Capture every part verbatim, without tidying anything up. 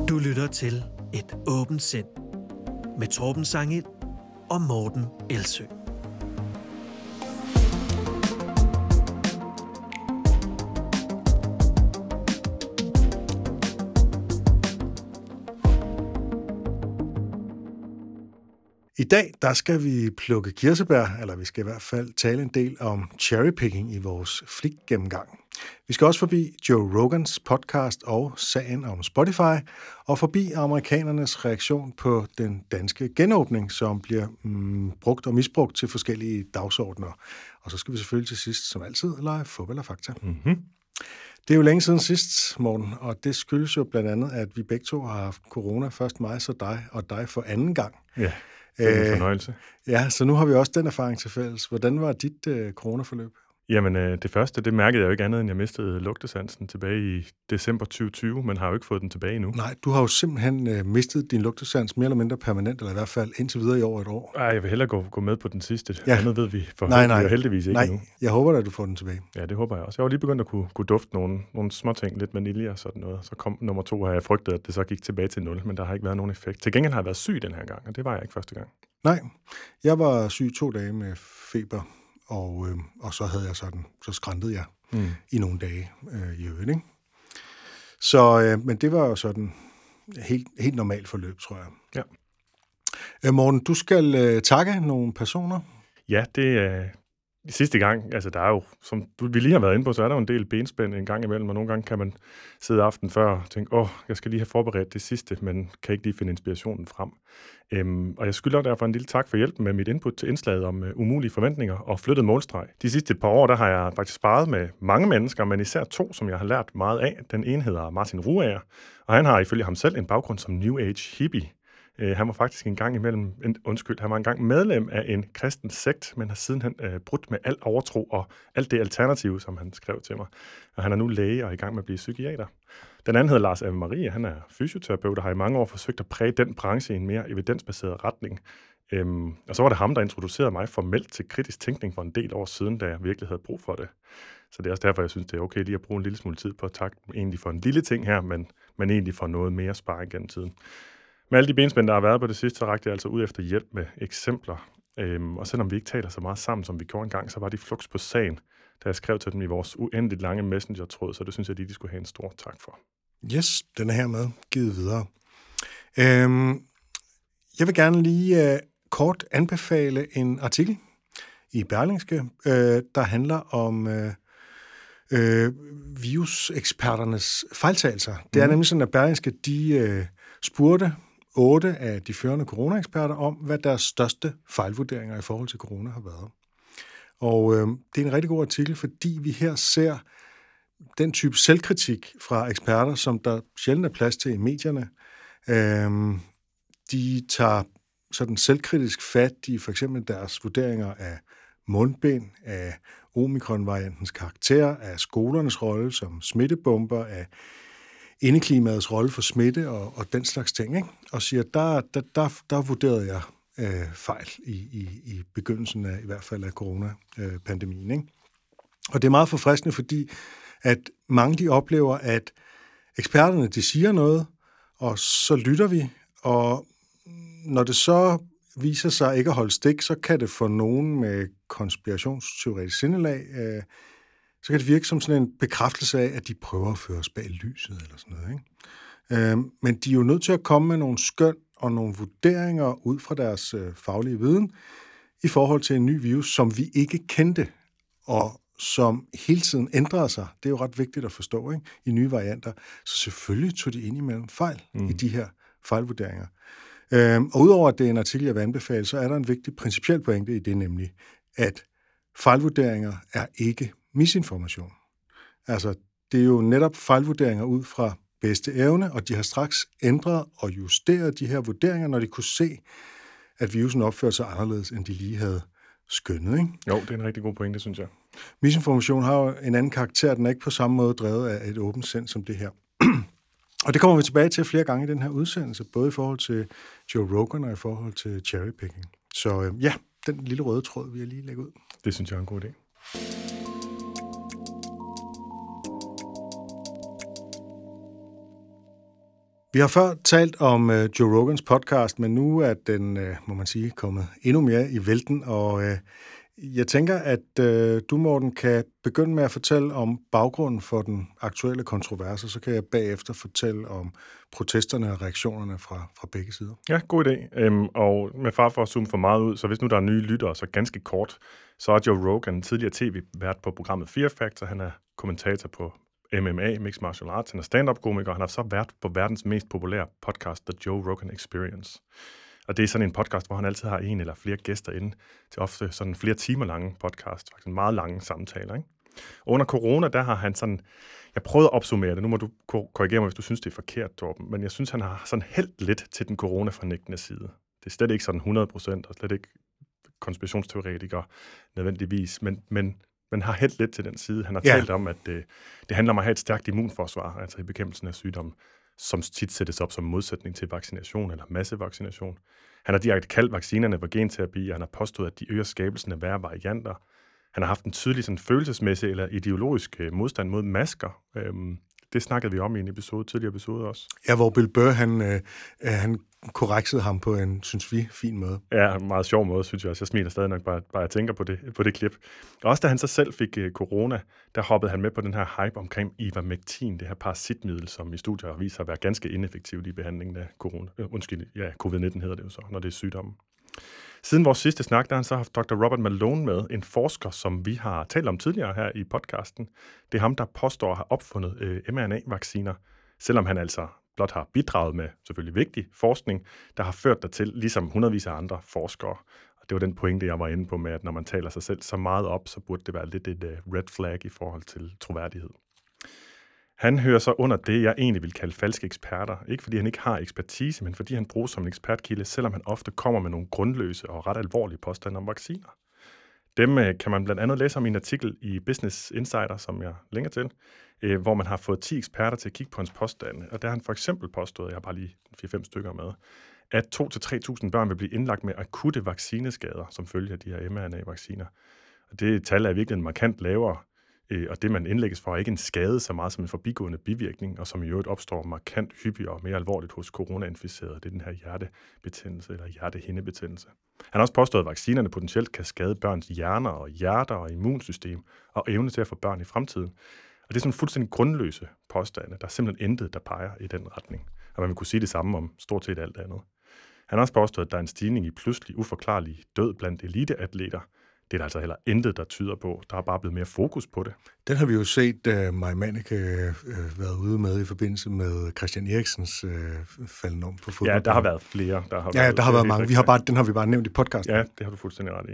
Du lytter til Et åbent sind med Torben Sangel og Morten Elsø. I dag der skal vi plukke kirsebær, eller vi skal i hvert fald tale en del om cherrypicking i vores flik-gennemgang. Vi skal også forbi Joe Rogans podcast og sagen om Spotify, og forbi amerikanernes reaktion på den danske genåbning, som bliver mm, brugt og misbrugt til forskellige dagsordner. Og så skal vi selvfølgelig til sidst, som altid, lege fodbold og fakta. Mm-hmm. Det er jo længe siden sidst, Morten, og det skyldes jo blandt andet, at vi begge to har haft corona, først mig, så dig, og dig for anden gang. Ja, det er en fornøjelse. Øh, ja, så nu har vi også den erfaring til fælles. Hvordan var dit øh, coronaforløb? Jamen, øh, det første, det mærkede jeg jo ikke andet, end jeg mistede lugtesansen tilbage i december tyve tyve, men har jo ikke fået den tilbage endnu. Nej, du har jo simpelthen øh, mistet din lugtesans mere eller mindre permanent, eller i hvert fald indtil videre i over et år. Ej, jeg vil hellere gå, gå med på den sidste. Ja. Andet ved vi for nej, nej. heldigvis ikke nej, endnu. Jeg håber da, at du får den tilbage. Ja, det håber jeg også. Jeg var lige begyndt at kunne, kunne dufte nogle, nogle små ting, lidt vanilje og sådan noget. Så kom nummer to, og jeg frygtede, at det så gik tilbage til nul, men der har ikke været nogen effekt. Til gengæld har jeg været syg den her gang, og det var jeg ikke første gang. Nej, jeg var syg to dage med feber, og, øh, og så havde jeg sådan, så skrantede jeg mm. i nogle dage øh, i øvrigt, ikke? Så, øh, men det var jo sådan helt, helt normalt forløb, tror jeg. Ja. Øh, Morten, du skal øh, takke nogle personer. Ja, det er... Øh... Sidste gang, altså der er jo, som du, vi lige har været inde på, så er der jo en del benspænd en gang imellem, og nogle gange kan man sidde aften før og tænke, åh, jeg skal lige have forberedt det sidste, men kan ikke lige finde inspirationen frem. Øhm, og jeg skylder derfor en lille tak for hjælpen med mit input til indslaget om uh, umulige forventninger og flyttet målstreg. De sidste par år, der har jeg faktisk sparet med mange mennesker, men især to, som jeg har lært meget af. Den ene hedder Martin Ruager, og han har ifølge ham selv en baggrund som New Age hippie. Uh, han var faktisk en gang imellem, en, undskyld, han var engang medlem af en kristen sekt, men har sidenhen uh, brudt med al overtro og alt det alternative, som han skrev til mig. Og han er nu læge og er i gang med at blive psykiater. Den anden hedder Lars Ave Marie, han er fysioterapeut og har i mange år forsøgt at præge den branche i en mere evidensbaseret retning. Um, og så var det ham, der introducerede mig formelt til kritisk tænkning for en del år siden, da jeg virkelig havde brug for det. Så det er også derfor, jeg synes, det er okay lige at bruge en lille smule tid på at takke egentlig for en lille ting her, men, men egentlig for noget mere sparring gennem tiden. Med alle de benspænd, der har været på det sidste, så rakte jeg altså ud efter hjælp med eksempler. Øhm, og selvom vi ikke taler så meget sammen, som vi gjorde engang, så var de fluks på sagen, da jeg skrev til dem i vores uendeligt lange messenger-tråd, så det synes jeg lige, de skulle have en stor tak for. Yes, den er hermed givet videre. Øhm, jeg vil gerne lige øh, kort anbefale en artikel i Berlingske, øh, der handler om øh, øh, viruseksperternes fejltagelser. Mm. Det er nemlig sådan, at Berlingske, de øh, spurgte otte af de førende coronaeksperter om, hvad deres største fejlvurderinger i forhold til corona har været. Og øh, det er en rigtig god artikel, fordi vi her ser den type selvkritik fra eksperter, som der sjældent er plads til i medierne. Øh, de tager sådan selvkritisk fat i for eksempel deres vurderinger af mundbind, af omikron-variantens karakter, af skolernes rolle som smittebomber, af indeklimaets rolle for smitte og, og den slags ting, ikke? Og siger, der, der, der, der vurderede jeg øh, fejl i, i, i begyndelsen af i hvert fald af coronapandemien, ikke? Og det er meget forfriskende, fordi at mange de oplever, at eksperterne de siger noget, og så lytter vi, og når det så viser sig ikke at holde stik, så kan det for nogen med konspirationsteoretisk sindelag øh, så kan det virke som sådan en bekræftelse af, at de prøver at føre os bag lyset eller sådan noget, ikke? Øh, men de er jo nødt til at komme med nogle skøn og nogle vurderinger ud fra deres øh, faglige viden i forhold til en ny virus, som vi ikke kendte, og som hele tiden ændrede sig. Det er jo ret vigtigt at forstå, ikke? I nye varianter. Så selvfølgelig tog de indimellem fejl mm. i de her fejlvurderinger. Øh, og udover at det er en artikel, jeg vil anbefale, så er der en vigtig principiel pointe i det, nemlig at fejlvurderinger er ikke misinformation. Altså, det er jo netop fejlvurderinger ud fra bedste evne, og de har straks ændret og justeret de her vurderinger, når de kunne se, at virusen opførte sig anderledes, end de lige havde skønnet, ikke? Jo, det er en rigtig god pointe, synes jeg. Misinformation har jo en anden karakter, den er ikke på samme måde drevet af et åbent sind som det her. Og det kommer vi tilbage til flere gange i den her udsendelse, både i forhold til Joe Rogan og i forhold til cherrypicking. Så øh, ja, den lille røde tråd vil jeg lige lægge ud. Det synes jeg er en god idé. Vi har før talt om uh, Joe Rogans podcast, men nu er den, uh, må man sige, kommet endnu mere i vælten, og uh, jeg tænker, at uh, du, Morten, kan begynde med at fortælle om baggrunden for den aktuelle kontrovers, så kan jeg bagefter fortælle om protesterne og reaktionerne fra, fra begge sider. Ja, god idé. Øhm, og med far for at zoome for meget ud, så hvis nu der er nye lyttere, så ganske kort, så er Joe Rogan tidligere tv-vært på programmet Fear Factor. Han er kommentator på M M A, Mixed Martial Arts. Han er stand-up-komiker, og han har så været på verdens mest populære podcast, The Joe Rogan Experience. Og det er sådan en podcast, hvor han altid har en eller flere gæster inde til ofte sådan flere timer lange podcast, faktisk meget lange samtaler, ikke? Og under corona, der har han sådan, jeg prøvede at opsummere det, nu må du korrigere mig, hvis du synes, det er forkert, Torben, men jeg synes, han har sådan hældt lidt til den corona-fornægtende side. Det er slet ikke sådan hundrede procent, og slet ikke konspirationsteoretikere nødvendigvis, men, men man har hældt lidt til den side. Han har ja. talt om, at det, det handler om at have et stærkt immunforsvar, altså i bekæmpelsen af sygdomme, som tit sættes op som modsætning til vaccination eller massevaccination. Han har direkte kaldt vaccinerne for genterapi, og han har påstået, at de øger skabelsen af værre varianter. Han har haft en tydelig sådan, følelsesmæssig eller ideologisk øh, modstand mod masker. Øhm, det snakkede vi om i en episode, tidligere episode også. Ja, hvor Bill Burr, han, øh, han korreksede ham på en, synes vi, fin måde. Ja, en meget sjov måde, synes jeg også. Jeg smiler stadig nok bare, bare jeg tænker på det, på det klip. Og også da han så selv fik øh, corona, der hoppede han med på den her hype omkring ivermectin, det her parasitmiddel, som i studier har vist sig at være ganske ineffektivt i behandlingen af corona. Øh, undskyld, ja, covid nitten hedder det jo så, når det er sygdommen. Siden vores sidste snak, der har han så haft doktor Robert Malone med, en forsker, som vi har talt om tidligere her i podcasten. Det er ham, der påstår at have opfundet øh, M R N A-vacciner, selvom han altså blot har bidraget med selvfølgelig vigtig forskning, der har ført dertil, ligesom hundredvis af andre forskere. Og det var den pointe, jeg var inde på med, at når man taler sig selv så meget op, så burde det være lidt et uh, red flag i forhold til troværdighed. Han hører så under det, jeg egentlig vil kalde falske eksperter. Ikke fordi han ikke har ekspertise, men fordi han bruges som en ekspertkilde, selvom han ofte kommer med nogle grundløse og ret alvorlige påstande om vacciner. Dem kan man blandt andet læse om i en artikel i Business Insider, som jeg længer til, hvor man har fået ti eksperter til at kigge på hans påstande. Og der har han for eksempel påstået, jeg har bare lige fire fem stykker med, at to til tre tusind børn vil blive indlagt med akutte vaccineskader, som følge af de her M R N A-vacciner. Og det tal er virkelig markant lavere, og det, man indlægges for, er ikke en skade så meget som en forbigående bivirkning, og som i øvrigt opstår markant hyppigere og mere alvorligt hos coronainficerede. Det er den her hjertebetændelse eller hjertehindebetændelse. Han har også påstået, at vaccinerne potentielt kan skade børns hjerner og hjerter og immunsystem og evne til at få børn i fremtiden. Og det er sådan fuldstændig grundløse påstande. Der er simpelthen intet, der peger i den retning. Og man vil kunne sige det samme om stort set alt andet. Han har også påstået, at der er en stigning i pludselig uforklarlig død blandt eliteatleter. Det er der altså heller intet, der tyder på. Der er bare blevet mere fokus på det. Den har vi jo set uh, Maja Mannicke uh, været ude med i forbindelse med Christian Eriksens uh, falden om på fodbold. Ja, der har været flere. Der har ja, været, der har været mange. Vi har bare, den har vi bare nævnt i podcasten. Ja, det har du fuldstændig ret i.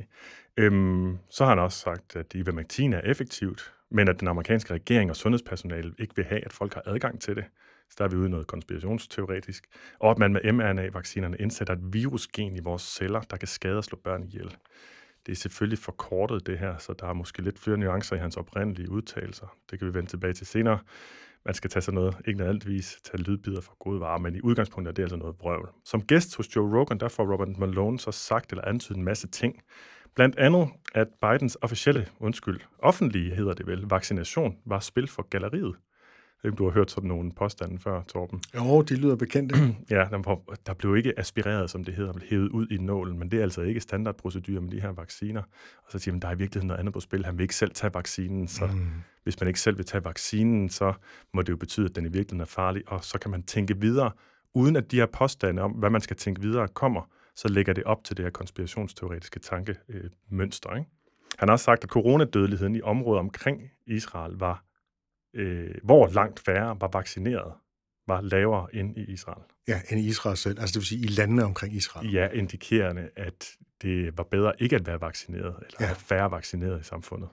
Øhm, så har han også sagt, at ivermectin er effektivt, men at den amerikanske regering og sundhedspersonale ikke vil have, at folk har adgang til det. Så der er vi ude i noget konspirationsteoretisk. Og at man med M R N A-vaccinerne indsætter et virusgen i vores celler, der kan skade og slå børn ihjel. Det er selvfølgelig forkortet, det her, så der er måske lidt flere nuancer i hans oprindelige udtalelser. Det kan vi vende tilbage til senere. Man skal tage sådan noget, ikke nødvendigvis tage lydbider for gode varer, men i udgangspunktet er det altså noget vrøvl. Som gæst hos Joe Rogan, der får Robert Malone så sagt eller antydet en masse ting. Blandt andet, at Bidens officielle, undskyld, offentlige hedder det vel, vaccination var spil for galleriet. Du har hørt sådan nogle påstande før, Torben. Jo, de lyder bekendte. Ja, der blev ikke aspireret, som det hedder, hævet ud i nålen, men det er altså ikke standardprocedur med de her vacciner. Og så siger man, der er i virkeligheden noget andet på spil. Han vil ikke selv tage vaccinen, så mm. hvis man ikke selv vil tage vaccinen, så må det jo betyde, at den i virkeligheden er farlig, og så kan man tænke videre, uden at de her påstande om, hvad man skal tænke videre, kommer, så lægger det op til det her konspirationsteoretiske tankemønster. Ikke? Han har også sagt, at coronadødeligheden i området omkring Israel var Øh, hvor langt færre var vaccineret, var lavere end i Israel. Ja, end i Israel selv, altså det vil sige i landene omkring Israel. Ja, indikerende, at det var bedre ikke at være vaccineret, eller ja. at færre vaccineret i samfundet.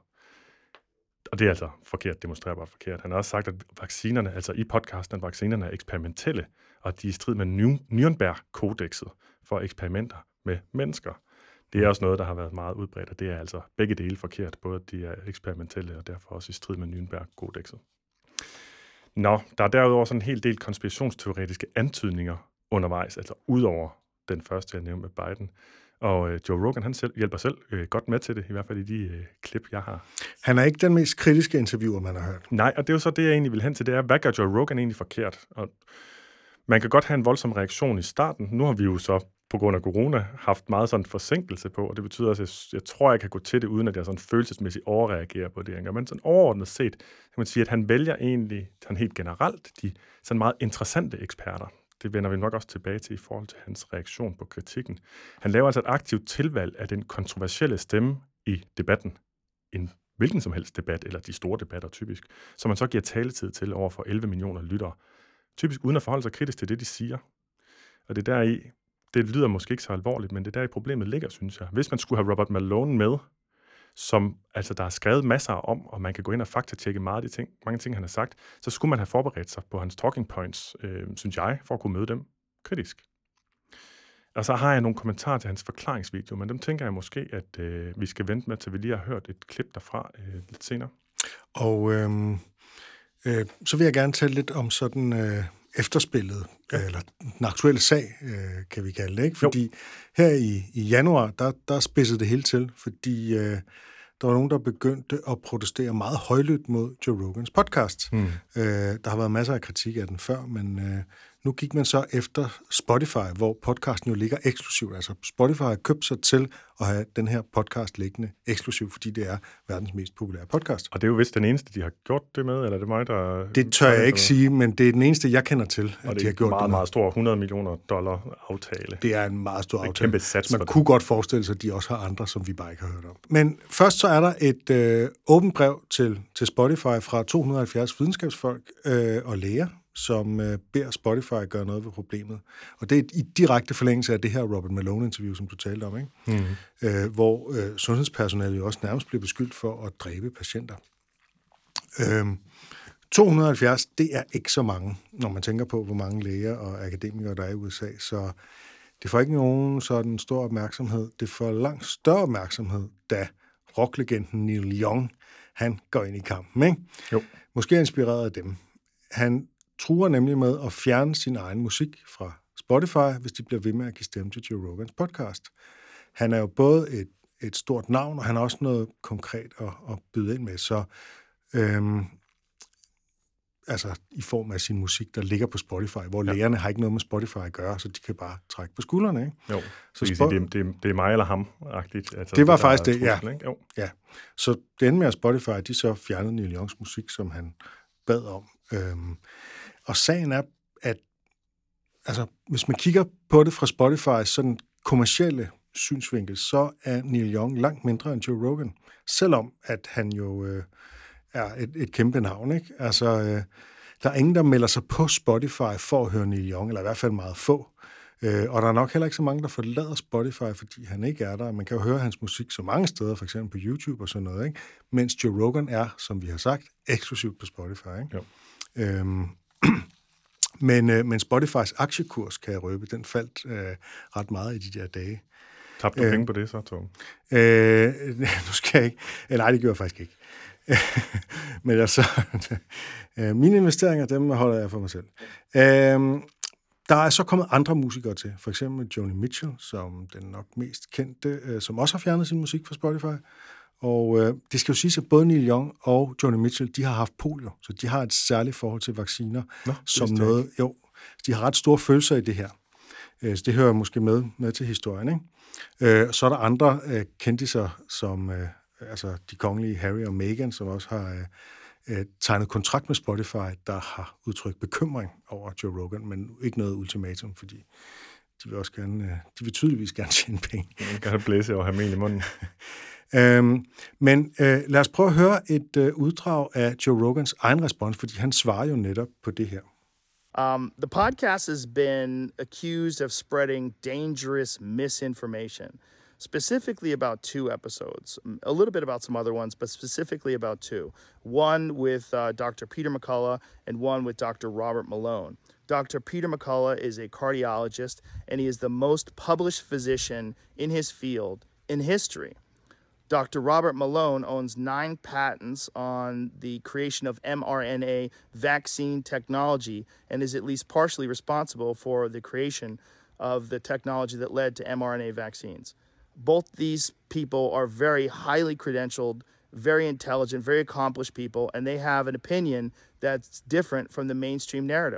Og det er altså forkert, demonstrerbart forkert. Han har også sagt, at vaccinerne, altså i podcasten, at vaccinerne er eksperimentelle, og at de er i strid med Nürnberg-kodexet for eksperimenter med mennesker. Det er også noget, der har været meget udbredt, og det er altså begge dele forkert. Både at de er eksperimentelle, og derfor også i strid med Nürnberg-kodexet. Nå, der er derudover sådan en hel del konspirationsteoretiske antydninger undervejs, altså udover den første, jeg nævnte med Biden. Og øh, Joe Rogan, han selv, hjælper selv øh, godt med til det, i hvert fald i de øh, klip, jeg har. Han er ikke den mest kritiske interviewer, man har hørt. Nej, og det er jo så det, jeg egentlig vil hen til, det er, hvad gør Joe Rogan egentlig forkert? Og Man kan godt have en voldsom reaktion i starten. Nu har vi jo så på grund af corona haft meget sådan forsinkelse på, og det betyder også, at jeg, jeg tror, jeg kan gå til det, uden at jeg sådan følelsesmæssigt overreagerer på det. Men sådan overordnet set, kan man sige, at han vælger egentlig, sådan helt generelt, de sådan meget interessante eksperter. Det vender vi nok også tilbage til i forhold til hans reaktion på kritikken. Han laver altså et aktivt tilvalg af den kontroversielle stemme i debatten. En hvilken som helst debat, eller de store debatter typisk, som man så giver taletid til over for elleve millioner lyttere. Typisk uden at forholde sig kritisk til det, de siger. Og det der i, det lyder måske ikke så alvorligt, men det der i problemet ligger, synes jeg. Hvis man skulle have Robert Malone med, som altså, der er skrevet masser om, og man kan gå ind og faktatjekke meget af de ting, mange ting, han har sagt, så skulle man have forberedt sig på hans talking points, øh, synes jeg, for at kunne møde dem kritisk. Og så har jeg nogle kommentarer til hans forklaringsvideo, men dem tænker jeg måske, at øh, vi skal vente med, til vi lige har hørt et klip derfra øh, lidt senere. Og øh, øh, så vil jeg gerne tale lidt om sådan øh, efterspillet, ja. eller den aktuelle sag, øh, kan vi kalde det, ikke? Fordi jo. her i, i januar, der, der spidsede det hele til, fordi øh, der var nogen, der begyndte at protestere meget højlydt mod Joe Rogans podcast. Mm. Øh, der har været masser af kritik af den før, men øh, nu gik man så efter Spotify, hvor podcasten jo ligger eksklusivt. Altså Spotify har købt sig til at have den her podcast liggende eksklusivt, fordi det er verdens mest populære podcast. Og det er jo vist den eneste, de har gjort det med, eller er det mig, der... Det tør jeg ikke sige, men det er den eneste, jeg kender til, at de har gjort det med. Og det er en meget, meget stor hundrede millioner dollar aftale. Det er en meget stor aftale. Kæmpe sats. Man kunne godt forestille sig, at de også har andre, som vi bare ikke har hørt om. Men først så er der et øh, åbent brev til, til Spotify fra to hundrede og halvfjerds videnskabsfolk øh, og læger, som øh, beder Spotify gøre noget ved problemet. Og det er i direkte forlængelse af det her Robert Malone-interview, som du talte om, ikke? Mm-hmm. Øh, hvor øh, sundhedspersonalet jo også nærmest bliver beskyldt for at dræbe patienter. Øh, to hundrede og halvfjerds, det er ikke så mange, når man tænker på, hvor mange læger og akademikere der er i U S A, så det får ikke nogen sådan stor opmærksomhed. Det får langt større opmærksomhed, da rocklegenden Neil Young, han går ind i kampen, ikke? Jo. Måske inspireret af dem. Han truer nemlig med at fjerne sin egen musik fra Spotify, hvis de bliver ved med at give stemme til Joe Rogans podcast. Han er jo både et, et stort navn, og han har også noget konkret at, at byde ind med. Så øhm, altså i form af sin musik, der ligger på Spotify, hvor ja. lægerne har ikke noget med Spotify at gøre, så de kan bare trække på skuldrene, ikke? Jo, så Spo- sige, det, det, det er mig eller ham-agtigt. Altså, det var det, faktisk det, ja. Trussel, ikke? Jo. ja. Så det endte med, at Spotify, de så fjernede Neil Youngs musik, som han bad om. Øhm, og sagen er, at altså, hvis man kigger på det fra Spotify, sådan kommercielle synsvinkel, så er Neil Young langt mindre end Joe Rogan. Selvom at han jo øh, er et, et kæmpe navn, ikke? Altså, øh, der er ingen, der melder sig på Spotify for at høre Neil Young, eller i hvert fald meget få. Øh, og der er nok heller ikke så mange, der forlader Spotify, fordi han ikke er der. Man kan jo høre hans musik så mange steder, for eksempel på YouTube og sådan noget, ikke? Mens Joe Rogan er, som vi har sagt, eksklusivt på Spotify, ikke? Jo. Øhm, men, øh, men Spotifys aktiekurs, kan jeg røbe, den faldt øh, ret meget i de der dage. Tabte du øh, penge på det så, Tom? Øh, nu skal jeg ikke. Øh, nej, det gør jeg faktisk ikke. Men altså, øh, mine investeringer, dem holder jeg for mig selv. Øh, der er så kommet andre musikere til, for eksempel Joni Mitchell, som den nok mest kendte, øh, som også har fjernet sin musik fra Spotify. Og øh, det skal jo siges, at både Neil Young og Joni Mitchell, de har haft polio, så de har et særligt forhold til vacciner. Nå, som noget, jo, de har ret store følelser i det her. Øh, så det hører måske med, med til historien, ikke? Øh, så er der andre øh, kendiser, som øh, altså de kongelige Harry og Meghan, som også har øh, øh, tegnet kontrakt med Spotify, der har udtrykt bekymring over Joe Rogan, men ikke noget ultimatum, fordi de vil også gerne, øh, de vil tydeligvis gerne tjene penge. De vil gerne blæse og have mel i munden. Øhm, men øh, lad os prøve at høre et øh, uddrag af Joe Rogans egen respons, fordi han svarer jo netop på det her. Um, the podcast has been accused of spreading dangerous misinformation, specifically about two episodes, a little bit about some other ones, but specifically about two. One with uh, Doctor Peter McCullough and one with Doctor Robert Malone. Doctor Peter McCullough is a cardiologist, and he is the most published physician in his field in history. Doctor Robert Malone owns nine patents on the creation of mRNA vaccine technology and is at least partially responsible for the creation of the technology that led to mRNA vaccines. Both these people are very highly credentialed, very intelligent, very accomplished people, and they have an opinion that's different from the mainstream narrative.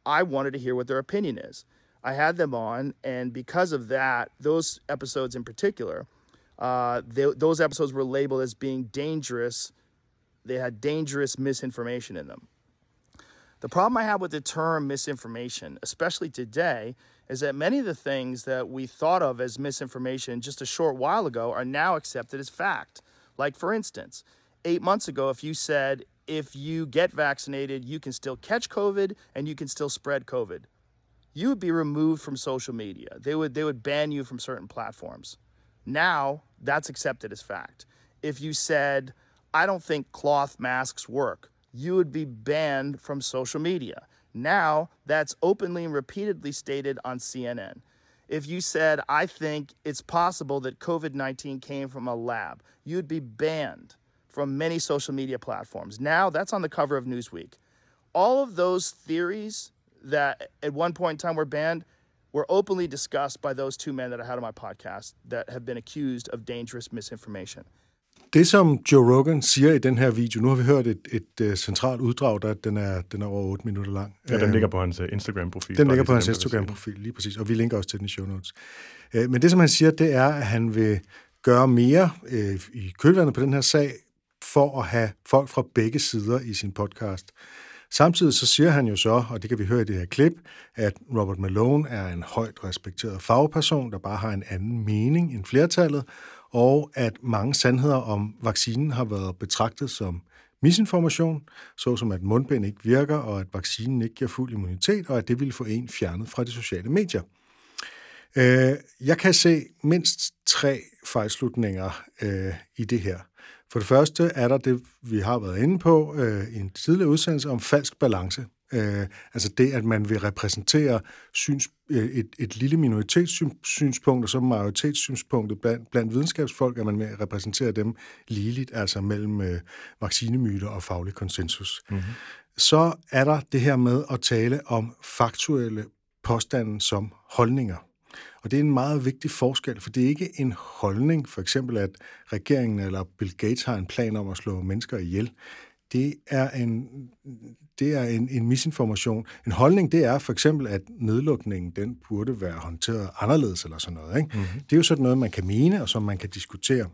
I wanted to hear what their opinion is. I had them on, and because of that, those episodes in particular, uh, they, those episodes were labeled as being dangerous. They had dangerous misinformation in them. The problem I have with the term misinformation, especially today, is that many of the things that we thought of as misinformation just a short while ago are now accepted as fact. Like, for instance, eight months ago, if you said, if you get vaccinated, you can still catch COVID and you can still spread COVID, you would be removed from social media. They would, they would ban you from certain platforms. Now, that's accepted as fact. If you said, I don't think cloth masks work, you would be banned from social media. Now, that's openly and repeatedly stated on C N N. If you said, I think it's possible that COVID nineteen came from a lab, you'd be banned from many social media platforms. Now, that's on the cover of Newsweek. All of those theories that at one point in time were banned were openly discussed by those two men that I had on my podcast that have been accused of dangerous misinformation. Det, som Joe Rogan siger i den her video, nu har vi hørt et, et, et centralt uddrag, der den er, den er over otte minutter lang. Ja, den ligger på hans Instagram-profil. Den ligger på hans Instagram-profil, lige præcis, og vi linker også til den i show notes. Men det, som han siger, det er, at han vil gøre mere øh, i kølvandet på den her sag, for at have folk fra begge sider i sin podcast. Samtidig så siger han jo så, og det kan vi høre i det her klip, at Robert Malone er en højt respekteret fagperson, der bare har en anden mening end flertallet, og at mange sandheder om vaccinen har været betragtet som misinformation, såsom at mundbind ikke virker, og at vaccinen ikke giver fuld immunitet, og at det ville få en fjernet fra de sociale medier. Jeg kan se mindst tre fejlslutninger i det her. For det første er der det, vi har været inde på i en tidligere udsendelse om falsk balance. Øh, altså det, at man vil repræsentere syns, et, et lille minoritetssynspunkt, og så majoritetssynspunktet blandt, blandt videnskabsfolk, at man vil repræsentere dem ligeligt, altså mellem øh, vaccinemyter og faglig konsensus. Mm-hmm. Så er der det her med at tale om faktuelle påstande som holdninger. Og det er en meget vigtig forskel, for det er ikke en holdning, for eksempel at regeringen eller Bill Gates har en plan om at slå mennesker ihjel. Det er en, det er en, en misinformation. En holdning, det er for eksempel, at nedlukningen, den burde være håndteret anderledes eller sådan noget. Ikke? Mm-hmm. Det er jo sådan noget, man kan mene, og som man kan diskutere.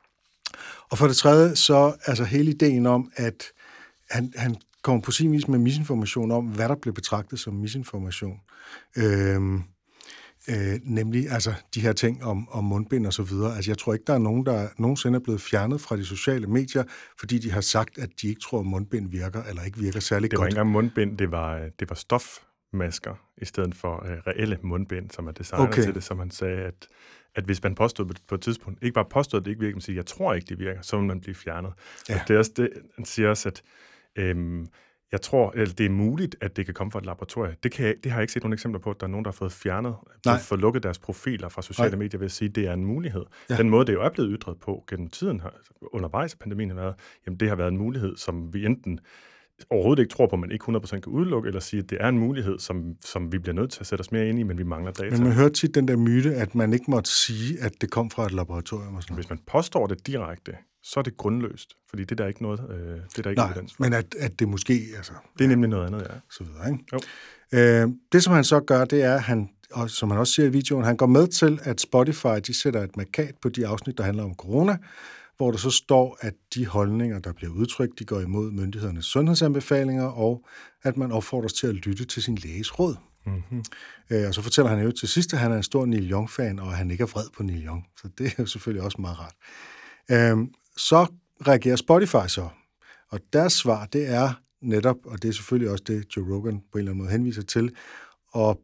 Og for det tredje, så altså hele ideen om, at han, han kommer på sin vis med misinformation om, hvad der bliver betragtet som misinformation. Øhm, Øh, nemlig altså de her ting om, om mundbind og så videre. Altså jeg tror ikke, der er nogen, der nogensinde er blevet fjernet fra de sociale medier, fordi de har sagt, at de ikke tror, at mundbind virker, eller ikke virker særlig godt. Det var ikke engang mundbind, det var, det var stofmasker, i stedet for uh, reelle mundbind, som er designet okay. til det, som han sagde, at, at hvis man påstod på et tidspunkt, ikke bare påstod, at det ikke virker, men siger, jeg tror ikke, det virker, så vil man blive fjernet. Ja. Og det er også det, han siger også, at øhm, jeg tror, at det er muligt, at det kan komme fra et laboratorium. Det, kan jeg, det har jeg ikke set nogen eksempler på, at der er nogen, der har fået fjernet, fået lukket deres profiler fra sociale Nej. medier ved at sige, at det er en mulighed. Ja. Den måde, det jo er blevet ytret på gennem tiden, undervejs af pandemien, har været, jamen det har været en mulighed, som vi enten overhovedet ikke tror på, man ikke hundrede procent kan udelukke, eller sige, at det er en mulighed, som, som vi bliver nødt til at sætte os mere ind i, men vi mangler data. Men man hører tit den der myte, at man ikke måtte sige, at det kom fra et laboratorium. Og sådan. Hvis man påstår det direkte, så er det grundløst, fordi det der er ikke noget, øh, det er der ikke Nej, evidens for. Men at, at det måske, altså... Det er nemlig noget andet, ja. Så videre, ikke? Jo. Øh, det, som han så gør, det er, han, og som han også siger i videoen, han går med til, at Spotify, de sætter et mærkat på de afsnit, der handler om corona, hvor der så står, at de holdninger, der bliver udtrykt, de går imod myndighedernes sundhedsanbefalinger, og at man opfordres til at lytte til sin læges råd. Mm-hmm. Øh, og så fortæller han jo til sidst, at han er en stor Neil Young-fan, og han ikke er vred på Neil Young. Så det er jo selvfølgelig også meget rart. Øh, så reagerer Spotify så, og deres svar, det er netop, og det er selvfølgelig også det, Joe Rogan på en eller anden måde henviser til, at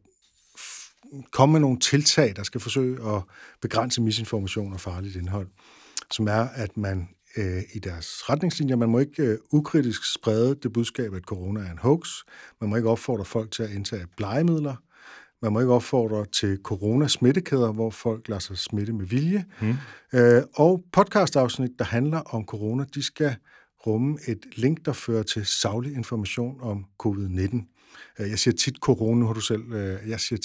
komme med nogle tiltag, der skal forsøge at begrænse misinformation og farligt indhold, som er, at man øh, i deres retningslinjer, man må ikke øh, ukritisk sprede det budskab, at corona er en hoax, man må ikke opfordre folk til at indtage blegemidler, man må ikke opfordre til corona-smittekæder, hvor folk lader sig smitte med vilje, mm. øh, og podcastafsnit, der handler om corona, de skal rumme et link, der fører til saglig information om covid nitten. Jeg siger tit corona, nu har du selv, jeg siger tit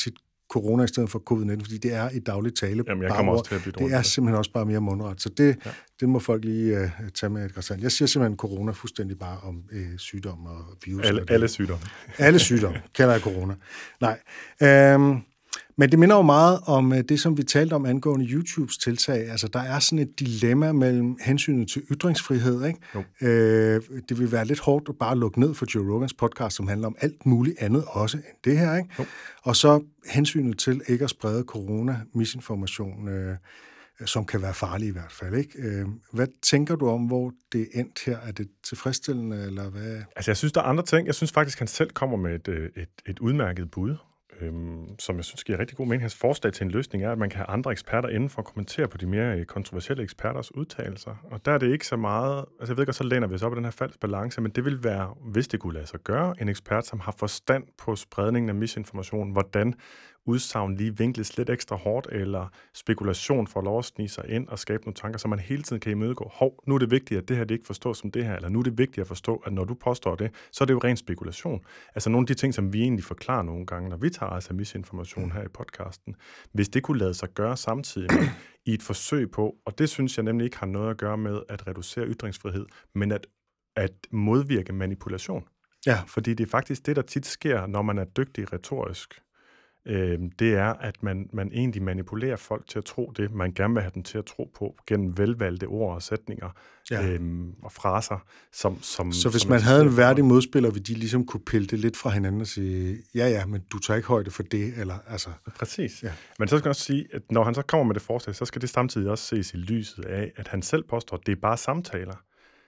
corona i stedet for covid nitten, fordi det er i daglig tale. Jamen, jeg bare kommer ord. også til at bytte Det rundt er på det. simpelthen også bare mere mundret. Så det, Ja. det må folk lige uh, tage med et græs salt. Jeg siger simpelthen corona fuldstændig bare om uh, sygdom og virus. Alle, og det. alle sygdomme. Alle sygdomme kalder jeg corona. Nej. Øhm, men det minder jo meget om uh, det, som vi talte om angående YouTubes tiltag. Altså, der er sådan et dilemma mellem hensynet til ytringsfrihed, ikke? Øh, det vil være lidt hårdt at bare lukke ned for Joe Rogans podcast, som handler om alt muligt andet også end det her, ikke? Jo. Og så hensynet til ikke at sprede corona-misinformation, øh, som kan være farlig i hvert fald, ikke? Øh, hvad tænker du om, hvor det er endt her? Er det tilfredsstillende, eller hvad? Altså, jeg synes, der er andre ting. Jeg synes faktisk, han selv kommer med et, et, et udmærket bud, øhm, som jeg synes giver rigtig god mening. Hans forslag til en løsning er, at man kan have andre eksperter inden for at kommentere på de mere kontroversielle eksperters udtalelser. Og der er det ikke så meget... Altså, jeg ved godt, så læner vi os op i den her falsk balance, men det vil være, hvis det kunne lade sig gøre, en ekspert, som har forstand på spredningen af misinformation, hvordan udsagn lige vinkles lidt ekstra hårdt, eller spekulation får lov at snige sig ind og skabe nogle tanker, så man hele tiden kan imødegå. Hov, nu er det vigtigt, at det her det ikke forstås som det her, eller nu er det vigtigt at forstå, at når du påstår det, så er det jo ren spekulation. Altså nogle af de ting, som vi egentlig forklarer nogle gange, når vi tager altså misinformation her i podcasten, hvis det kunne lade sig gøre samtidig med, i et forsøg på, og det synes jeg nemlig ikke har noget at gøre med at reducere ytringsfrihed, men at, at modvirke manipulation. Ja. Fordi det er faktisk det, der tit sker, når man er dygtig retorisk. Øh, det er, at man, man egentlig manipulerer folk til at tro det, man gerne vil have dem til at tro på, gennem velvalgte ord og sætninger Ja. øhm, og fraser. Som, som, Så hvis som man havde en eksisterer. værdig modspiller, ville de ligesom kunne pille det lidt fra hinanden og sige, ja ja, men du tager ikke højde for det, eller altså... Præcis. Ja. Men så skal jeg også sige, at når han så kommer med det forslag, så skal det samtidig også ses i lyset af, at han selv påstår, at det er bare samtaler.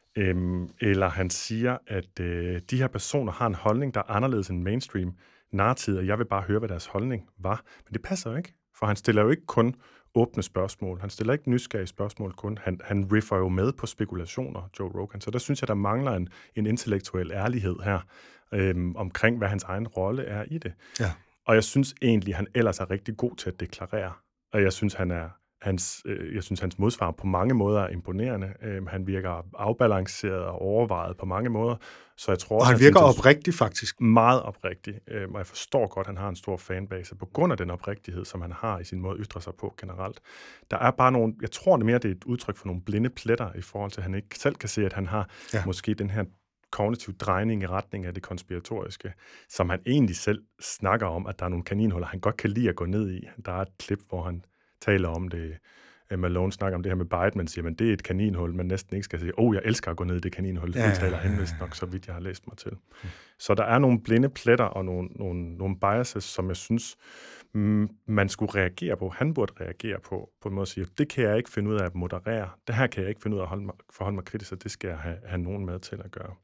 Øhm, eller han siger, at øh, de her personer har en holdning, der er anderledes end mainstream narrativ, og jeg vil bare høre, hvad deres holdning var. Men det passer jo ikke, for han stiller jo ikke kun åbne spørgsmål. Han stiller ikke nysgerrige spørgsmål kun. Han, han riffer jo med på spekulationer, Joe Rogan. Så der synes jeg, der mangler en, en intellektuel ærlighed her øhm, omkring, hvad hans egen rolle er i det. Ja. Og jeg synes egentlig, han ellers er rigtig god til at deklarere. Og jeg synes, han er Hans, øh, jeg synes, hans modsvar på mange måder er imponerende. Øh, han virker afbalanceret og overvejet på mange måder. Så jeg tror, Og han hans virker intention- oprigtig faktisk. meget oprigtig, øh, og jeg forstår godt, at han har en stor fanbase på grund af den oprigtighed, som han har i sin måde at ytre sig på generelt. Der er bare nogle, jeg tror det mere, det er et udtryk for nogle blinde pletter i forhold til, at han ikke selv kan se, at han har Ja. ja. måske den her kognitiv drejning i retning af det konspiratoriske, som han egentlig selv snakker om, at der er nogle kaninhuller, han godt kan lide at gå ned i. Der er et klip, hvor han taler om det. Malone snakker om det her med Biden, men siger, men det er et kaninhul, man næsten ikke skal sige, åh, oh, jeg elsker at gå ned i det kaninhul. Det Ja, ja, udtaler han vist nok, så vidt jeg har læst mig til. Mm. Så der er nogle blinde pletter og nogle, nogle, nogle biases, som jeg synes, mm, man skulle reagere på. Han burde reagere på, på en måde at sige, det kan jeg ikke finde ud af at moderere. Det her kan jeg ikke finde ud af at holde mig, forholde mig kritisk, og det skal jeg have, have nogen med til at gøre.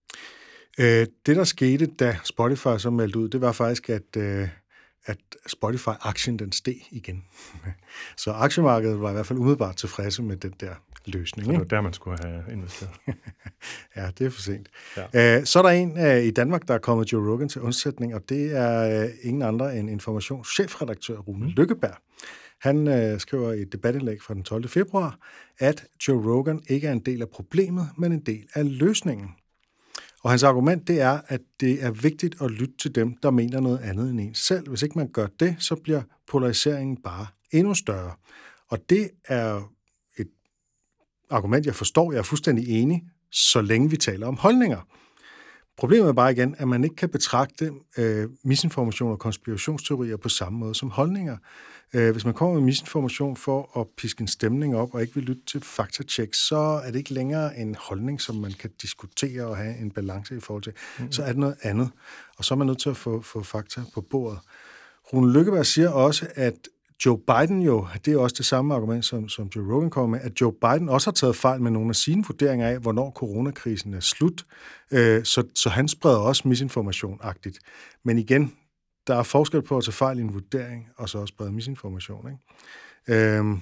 Øh, det, der skete, da Spotify så meldte ud, det var faktisk, at... Øh at Spotify-aktien den steg igen. Så aktiemarkedet var i hvert fald umiddelbart tilfredse med den der løsning. Så det var Ikke? der, man skulle have investeret. Ja, det er for sent. Ja. Øh, så er der en øh, i Danmark, der er kommet Joe Rogan til undsætning, og det er øh, ingen andre end informationschefredaktør Rune mm. Lykkeberg. Han øh, skriver i et debatindlæg fra den tolvte februar, at Joe Rogan ikke er en del af problemet, men en del af løsningen. Og hans argument, det er, at det er vigtigt at lytte til dem, der mener noget andet end en selv. Hvis ikke man gør det, så bliver polariseringen bare endnu større. Og det er et argument, jeg forstår. Jeg er fuldstændig enig, så længe vi taler om holdninger. Problemet er bare igen, at man ikke kan betragte øh, misinformation og konspirationsteorier på samme måde som holdninger. Øh, hvis man kommer med misinformation for at piske en stemning op og ikke vil lytte til faktatjek, så er det ikke længere en holdning, som man kan diskutere og have en balance i forhold til. Mm-hmm. Så er det noget andet, og så er man nødt til at få, få fakta på bordet. Rune Lykkeberg siger også, at Joe Biden jo, det er også det samme argument, som, som Joe Rogan kommer med, at Joe Biden også har taget fejl med nogle af sine vurderinger af, hvornår coronakrisen er slut. Øh, så, så han spreder også misinformation-agtigt. Men igen, der er forskel på at tage fejl i en vurdering, og så også sprede misinformation. Ikke? Øhm,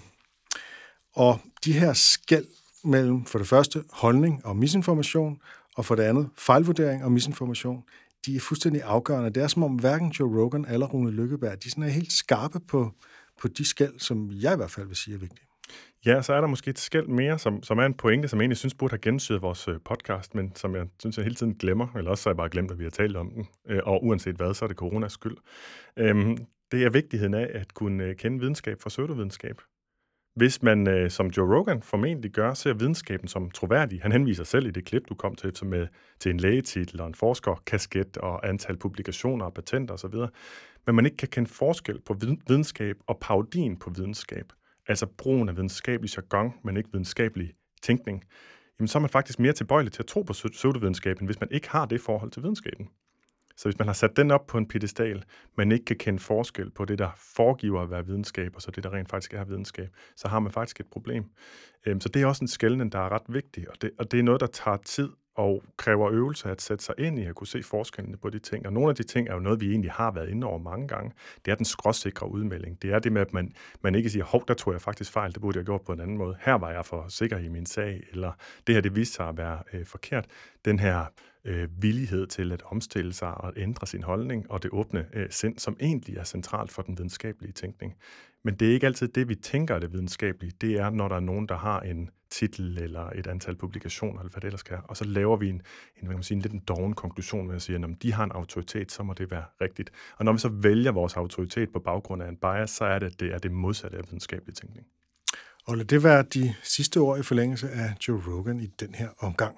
og de her skel mellem for det første holdning og misinformation, og for det andet fejlvurdering og misinformation, de er fuldstændig afgørende. Det er som om hverken Joe Rogan eller Rune Lykkeberg, de sådan er helt skarpe på, på de skel, som jeg i hvert fald vil sige er vigtige. Ja, så er der måske et skel mere, som, som er en pointe, som jeg egentlig synes burde have gennemsyret vores øh, podcast, men som jeg synes, jeg hele tiden glemmer, eller også så har jeg bare glemt, at vi har talt om den. Øh, og uanset hvad, så er det coronas skyld. Øhm, det er vigtigheden af at kunne kende videnskab fra pseudovidenskab. Hvis man, som Joe Rogan formentlig gør, ser videnskaben som troværdig, han henviser selv i det klip, du kom til, med, til en lægetitel og en forskerkasket og antal publikationer og patenter osv., men man ikke kan kende forskel på videnskab og parodien på videnskab, altså brugen af videnskabelig jargon, men ikke videnskabelig tænkning, jamen så er man faktisk mere tilbøjelig til at tro på pseudovidenskaben, hvis man ikke har det forhold til videnskaben. Så hvis man har sat den op på en piedestal, men ikke kan kende forskel på det, der foregiver at være videnskab, og så det, der rent faktisk er videnskab, så har man faktisk et problem. Så det er også en skelnen, der er ret vigtig, og det, og det er noget, der tager tid og kræver øvelse at sætte sig ind i at kunne se forskellene på de ting. Og nogle af de ting er jo noget, vi egentlig har været inde over mange gange. Det er den skråsikre udmelding. Det er det med, at man, man ikke siger, hov, der tror jeg faktisk fejl, det burde jeg have gjort på en anden måde. Her var jeg for sikker i min sag, eller det her, det viste sig at være øh, forkert. Den her øh, villighed til at omstille sig og ændre sin holdning, og det åbne øh, sind, som egentlig er centralt for den videnskabelige tænkning. Men det er ikke altid det, vi tænker er det videnskabelige. Det er, når der er nogen, der har en titel eller et antal publikationer, eller hvad det ellers kan. Og så laver vi en, en, hvad kan man sige, en lidt en doven konklusion med at sige, at når de har en autoritet, så må det være rigtigt. Og når vi så vælger vores autoritet på baggrund af en bias, så er det, at det er det modsatte af videnskabelig tænkning. Og lad det være de sidste ord i forlængelse af Joe Rogan i den her omgang.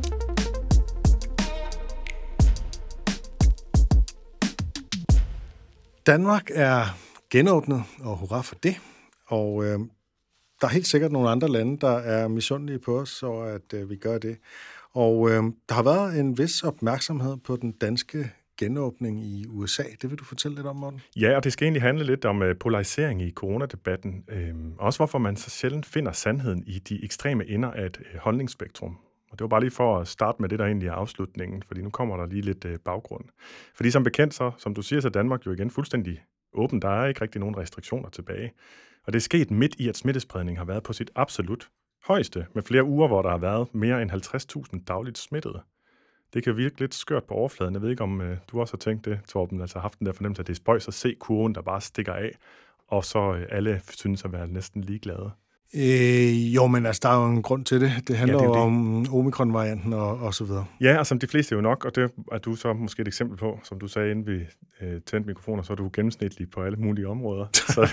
Danmark er genåbnet, og hurra for det. Og øh, der er helt sikkert nogle andre lande, der er misundelige på os, og at øh, vi gør det. Og øh, der har været en vis opmærksomhed på den danske genåbning i U S A. Det vil du fortælle lidt om, Morten? Ja, og det skal egentlig handle lidt om uh, polarisering i coronadebatten. Øh, også hvorfor man så sjældent finder sandheden i de ekstreme ender af et uh, holdningsspektrum. Og det var bare lige for at starte med det, der egentlig er afslutningen, fordi nu kommer der lige lidt uh, baggrund. Fordi som bekendt så, som du siger, så er Danmark jo igen fuldstændig åben. Der er ikke rigtig nogen restriktioner tilbage. Og det er sket midt i, at smittespredningen har været på sit absolut højeste, med flere uger, hvor der har været mere end halvtreds tusind dagligt smittede. Det kan virke lidt skørt på overfladen. Jeg ved ikke, om uh, du også har tænkt det, Torben, altså haft den der fornemmelse, at det er spøjs at se kurven, der bare stikker af, og så uh, alle synes at være næsten ligeglade. Øh, jo, men altså, der er jo en grund til det. Det handler ja, det jo det. om omikron-varianten og, og så videre. Ja, og som de fleste jo nok, og det er du så måske et eksempel på, som du sagde, inden vi øh, tændte mikrofoner, så er du gennemsnitlig på alle mulige områder. så,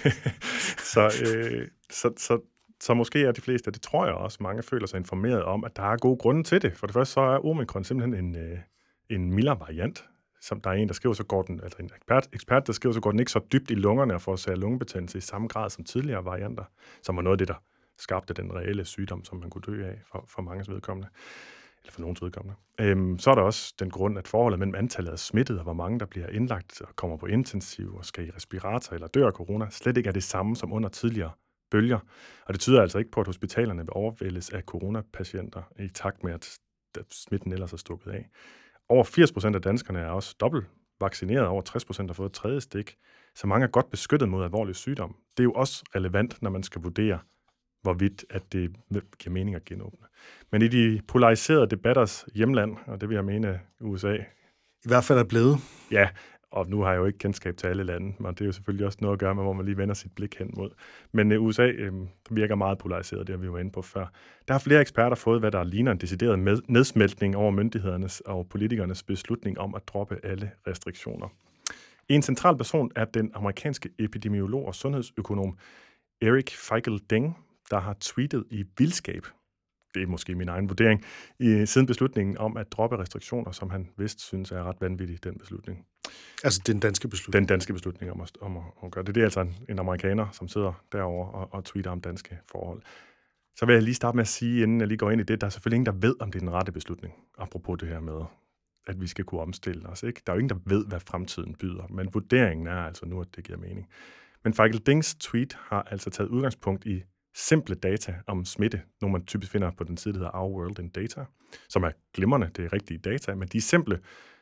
så, øh, så, så, så måske er de fleste, det tror jeg også, mange føler sig informeret om, at der er gode grunde til det. For det første så er omikron simpelthen en, øh, en mildere variant, som der er en, der skriver, så går den, altså en ekspert, ekspert, der skriver, så går den ikke så dybt i lungerne og forårsager lungebetændelse i samme grad som tidligere varianter, som var noget af det, der skabte den reelle sygdom, som man kunne dø af for, for manges vedkommende, eller for nogens vedkommende. Øhm, så er der også den grund, at forholdet mellem antallet af smittede og hvor mange, der bliver indlagt og kommer på intensiv og skal i respirator eller dør af corona, slet ikke er det samme som under tidligere bølger. Og det tyder altså ikke på, at hospitalerne vil overvældes af coronapatienter i takt med, at smitten ellers er stukket af. Over firs procent af danskerne er også dobbelt vaccineret, over tres procent har fået et tredje stik, så mange er godt beskyttet mod alvorlig sygdom. Det er jo også relevant, når man skal vurdere, hvorvidt at det giver mening at genåbne. Men i de polariserede debatters hjemland, og det vil jeg mene U S A... I hvert fald er blevet. Ja, og nu har jeg jo ikke kendskab til alle lande, men det er jo selvfølgelig også noget at gøre med, hvor man lige vender sit blik hen mod. Men U S A øh, virker meget polariseret, det har vi jo inde på før. Der har flere eksperter fået, hvad der ligner en decideret med- nedsmeltning over myndighedernes og politikernes beslutning om at droppe alle restriktioner. En central person er den amerikanske epidemiolog og sundhedsøkonom Eric Feigl-Deng, der har tweetet i vildskab, det er måske min egen vurdering, i, siden beslutningen om at droppe restriktioner, som han vist synes er ret vanvittig, den beslutning. Altså den danske beslutning? Den danske beslutning om at, om at, at gøre det. Det er altså en, en amerikaner, som sidder derovre og, og tweeter om danske forhold. Så vil jeg lige starte med at sige, inden jeg lige går ind i det, der er selvfølgelig ingen, der ved, om det er den rette beslutning, apropos det her med, at vi skal kunne omstille os. Ikke? Der er jo ingen, der ved, hvad fremtiden byder, men vurderingen er altså nu, at det giver mening. Men Feigl-Dengs tweet har altså taget udgangspunkt i simple data om smitte, nogle man typisk finder på den side, der hedder Our World in Data, som er glimrende, det er rigtige data, men de er simple,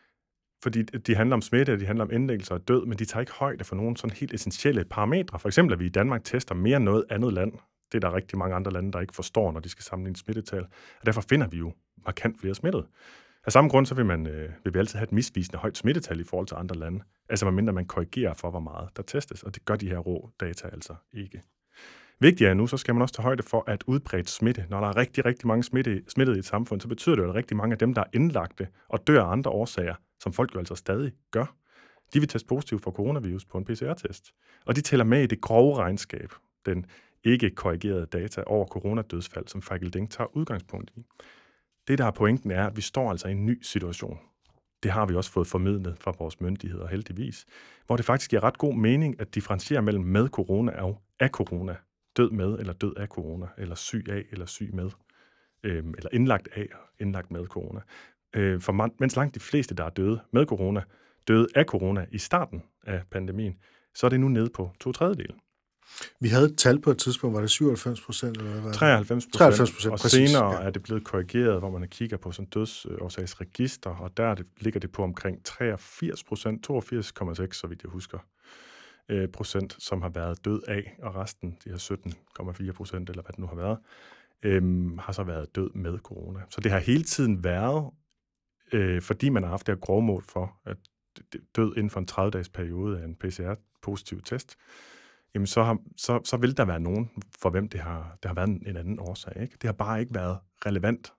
fordi de handler om smitte, de handler om indlæggelser og død, men de tager ikke højde for nogle sådan helt essentielle parametre. For eksempel, at vi i Danmark tester mere end noget andet land. Det er der rigtig mange andre lande, der ikke forstår, når de skal sammenligne smittetal. Og derfor finder vi jo markant flere smittede. Af samme grund, så vil, man, øh, vil vi altid have et misvisende højt smittetal i forhold til andre lande. Altså medmindre man korrigerer for, hvor meget der testes, og det gør de her rå data altså ikke. Vigtigere nu, så skal man også tage højde for, at udbredt smitte, når der er rigtig, rigtig mange smitte, smittede i et samfund, så betyder det jo, at rigtig mange af dem, der er indlagte og dør af andre årsager, som folk jo altså stadig gør, de vil teste positivt for coronavirus på en P C R-test. Og de tæller med i det grove regnskab, den ikke korrigerede data over coronadødsfald, som Michael Ding tager udgangspunkt i. Det, der er pointen, er, at vi står altså i en ny situation. Det har vi også fået formidlet fra vores myndigheder, heldigvis, hvor det faktisk giver ret god mening at differentiere mellem med corona og af corona. Død med eller død af corona, eller syg af eller syg med, øhm, eller indlagt af og indlagt med corona. Øh, for man, mens langt de fleste, der er døde med corona, døde af corona i starten af pandemien, så er det nu nede på to tredjedele. Vi havde et tal på et tidspunkt, var det syvoghalvfems procent? Eller hvad? treoghalvfems procent, treoghalvfems procent, og præcis, senere ja. er det blevet korrigeret, hvor man kigger på sådan dødsårsagsregister, og der det, ligger det på omkring treogfirs procent, toogfirs komma seks, så vidt jeg husker, øh, procent, som har været død af, og resten, de her sytten komma fire procent, eller hvad det nu har været, øh, har så været død med corona. Så det har hele tiden været, øh, fordi man har haft det her grovmål for, at død inden for en tredive-dages periode af en P C R-positiv test, jamen så, har, så, så vil der være nogen, for hvem det har, det har været en, en anden årsag. Ikke? Det har bare ikke været relevant.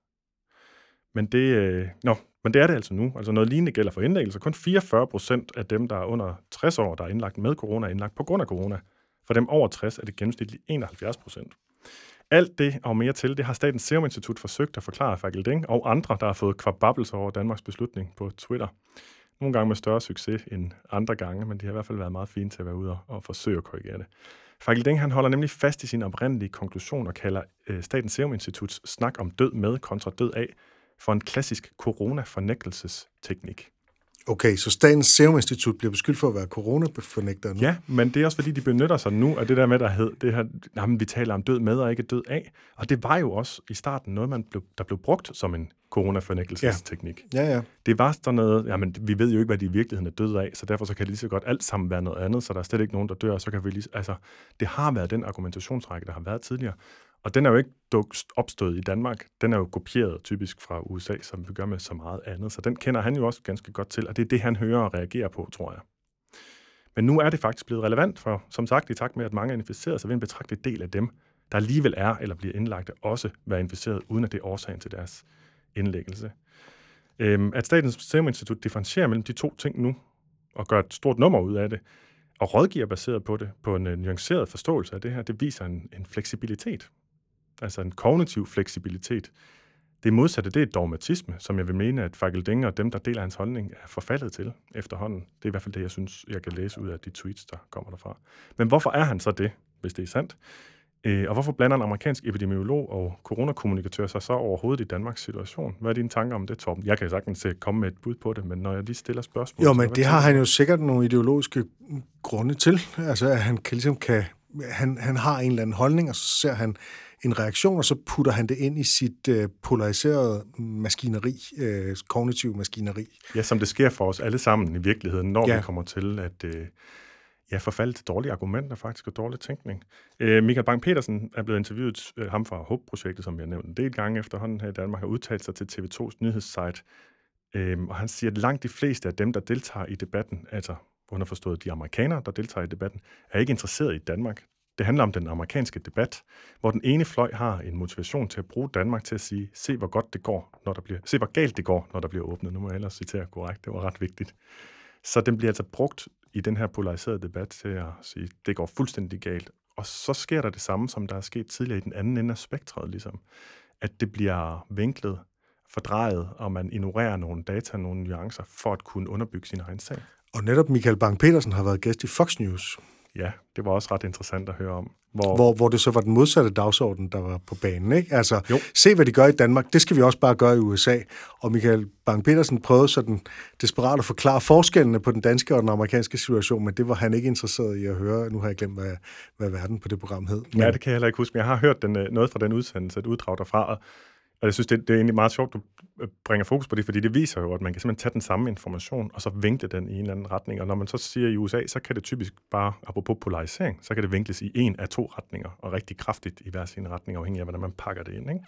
Men det, øh, nå, men det er det altså nu. Altså noget lignende gælder for indlæggelser. Kun fireogfyrre procent af dem, der er under tres år, der er indlagt med corona, er indlagt på grund af corona. For dem over tres er det gennemsnitligt enoghalvfjerds procent. Alt det og mere til, det har Statens Serum Institut forsøgt at forklare Michael Ding og andre, der har fået kvababelser over Danmarks beslutning på Twitter. Nogle gange med større succes end andre gange, men de har i hvert fald været meget fine til at være ude og forsøge at korrigere det. Michael Ding, han holder nemlig fast i sin oprindelige konklusion og kalder øh, Statens Serum Instituts snak om død med kontra død af for en klassisk coronafornægtelsesteknik. Okay, så Statens Serum Institut bliver beskyldt for at være coronafornægter nu? Ja, men det er også fordi, de benytter sig nu af det der med, der hed, det her, jamen, vi taler om død med og ikke død af. Og det var jo også i starten noget, man blev, der blev brugt som en coronafornægtelsesteknik. Ja, ja. Det var sådan noget, jamen vi ved jo ikke, hvad de i virkeligheden er døde af, så derfor så kan det lige så godt alt sammen være noget andet, så der er slet ikke nogen, der dør, så kan vi lige, altså det har været den argumentationsrække, der har været tidligere. Og den er jo ikke opstået i Danmark. Den er jo kopieret typisk fra U S A, som vi gør med så meget andet. Så den kender han jo også ganske godt til, og det er det, han hører og reagerer på, tror jeg. Men nu er det faktisk blevet relevant, for som sagt, i takt med, at mange er inficeret, så vil en betragtelig del af dem, der alligevel er eller bliver indlagte, også være inficeret, uden at det er årsagen til deres indlæggelse. Øhm, at Statens Serum Institut differentierer mellem de to ting nu, og gør et stort nummer ud af det, og rådgiver baseret på det, på en nuanceret forståelse af det her, det viser en, en fleksibilitet. Altså en kognitiv fleksibilitet. Det modsatte, det er et dogmatisme, som jeg vil mene, at Michael Ding og dem, der deler hans holdning, er forfaldet til efterhånden. Det er i hvert fald det, jeg synes, jeg kan læse ud af de tweets, der kommer derfra. Men hvorfor er han så det, hvis det er sandt? Øh, og hvorfor blander en amerikansk epidemiolog og coronakommunikatør sig så overhovedet i Danmarks situation? Hvad er dine tanker om det, Torben? Jeg kan sagtens komme med et bud på det, men når jeg lige stiller spørgsmål... Jo, men det har han jo sikkert nogle ideologiske grunde til. Altså, at han kan, ligesom kan... Han, han har en eller anden holdning, og så ser han en reaktion, og så putter han det ind i sit øh, polariserede maskineri, øh, kognitive maskineri. Ja, som det sker for os alle sammen i virkeligheden, når ja. vi kommer til at øh, ja, forfalde til dårlige argumenter faktisk, og dårlig tænkning. Øh, Michael Bang-Petersen er blevet interviewet, øh, ham fra HOPE-projektet, som vi har nævnt en del gange efterhånden her i Danmark, har udtalt sig til T V to's nyhedssite, øh, og han siger, at langt de fleste af dem, der deltager i debatten, altså underforstået de amerikanere, der deltager i debatten, er ikke interesseret i Danmark. Det handler om den amerikanske debat, hvor den ene fløj har en motivation til at bruge Danmark til at sige, se hvor godt det går, når der bliver, se hvor galt det går, når der bliver åbnet. Nu må jeg ellers citere korrekt, det var ret vigtigt. Så den bliver altså brugt i den her polariserede debat til at sige, det går fuldstændig galt. Og så sker der det samme, som der er sket tidligere i den anden ende af spektret, ligesom. At det bliver vinklet, fordrejet, og man ignorerer nogle data, nogle nuancer, for at kunne underbygge sin egen sag. Og netop Michael Bang-Petersen har været gæst i Fox News. Ja, det var også ret interessant at høre om. Hvor, hvor, hvor det så var den modsatte dagsorden, der var på banen. Ikke? Altså, jo. Se hvad de gør i Danmark, det skal vi også bare gøre i U S A. Og Michael Bang-Petersen prøvede sådan desperat at forklare forskellene på den danske og den amerikanske situation, men det var han ikke interesseret i at høre. Nu har jeg glemt, hvad, hvad verden på det program hed. Men... Ja, det kan jeg heller ikke huske, men jeg har hørt den, noget fra den udsendelse, et uddrag derfra, og Og jeg synes, det, det er egentlig meget sjovt, du bringer fokus på det, fordi det viser jo, at man kan simpelthen tage den samme information, og så vinkle den i en eller anden retning. Og når man så siger i U S A, så kan det typisk bare, apropos polarisering, så kan det vinkles i en af to retninger, og rigtig kraftigt i hver sin retning, afhængig af, hvordan man pakker det ind. Ikke?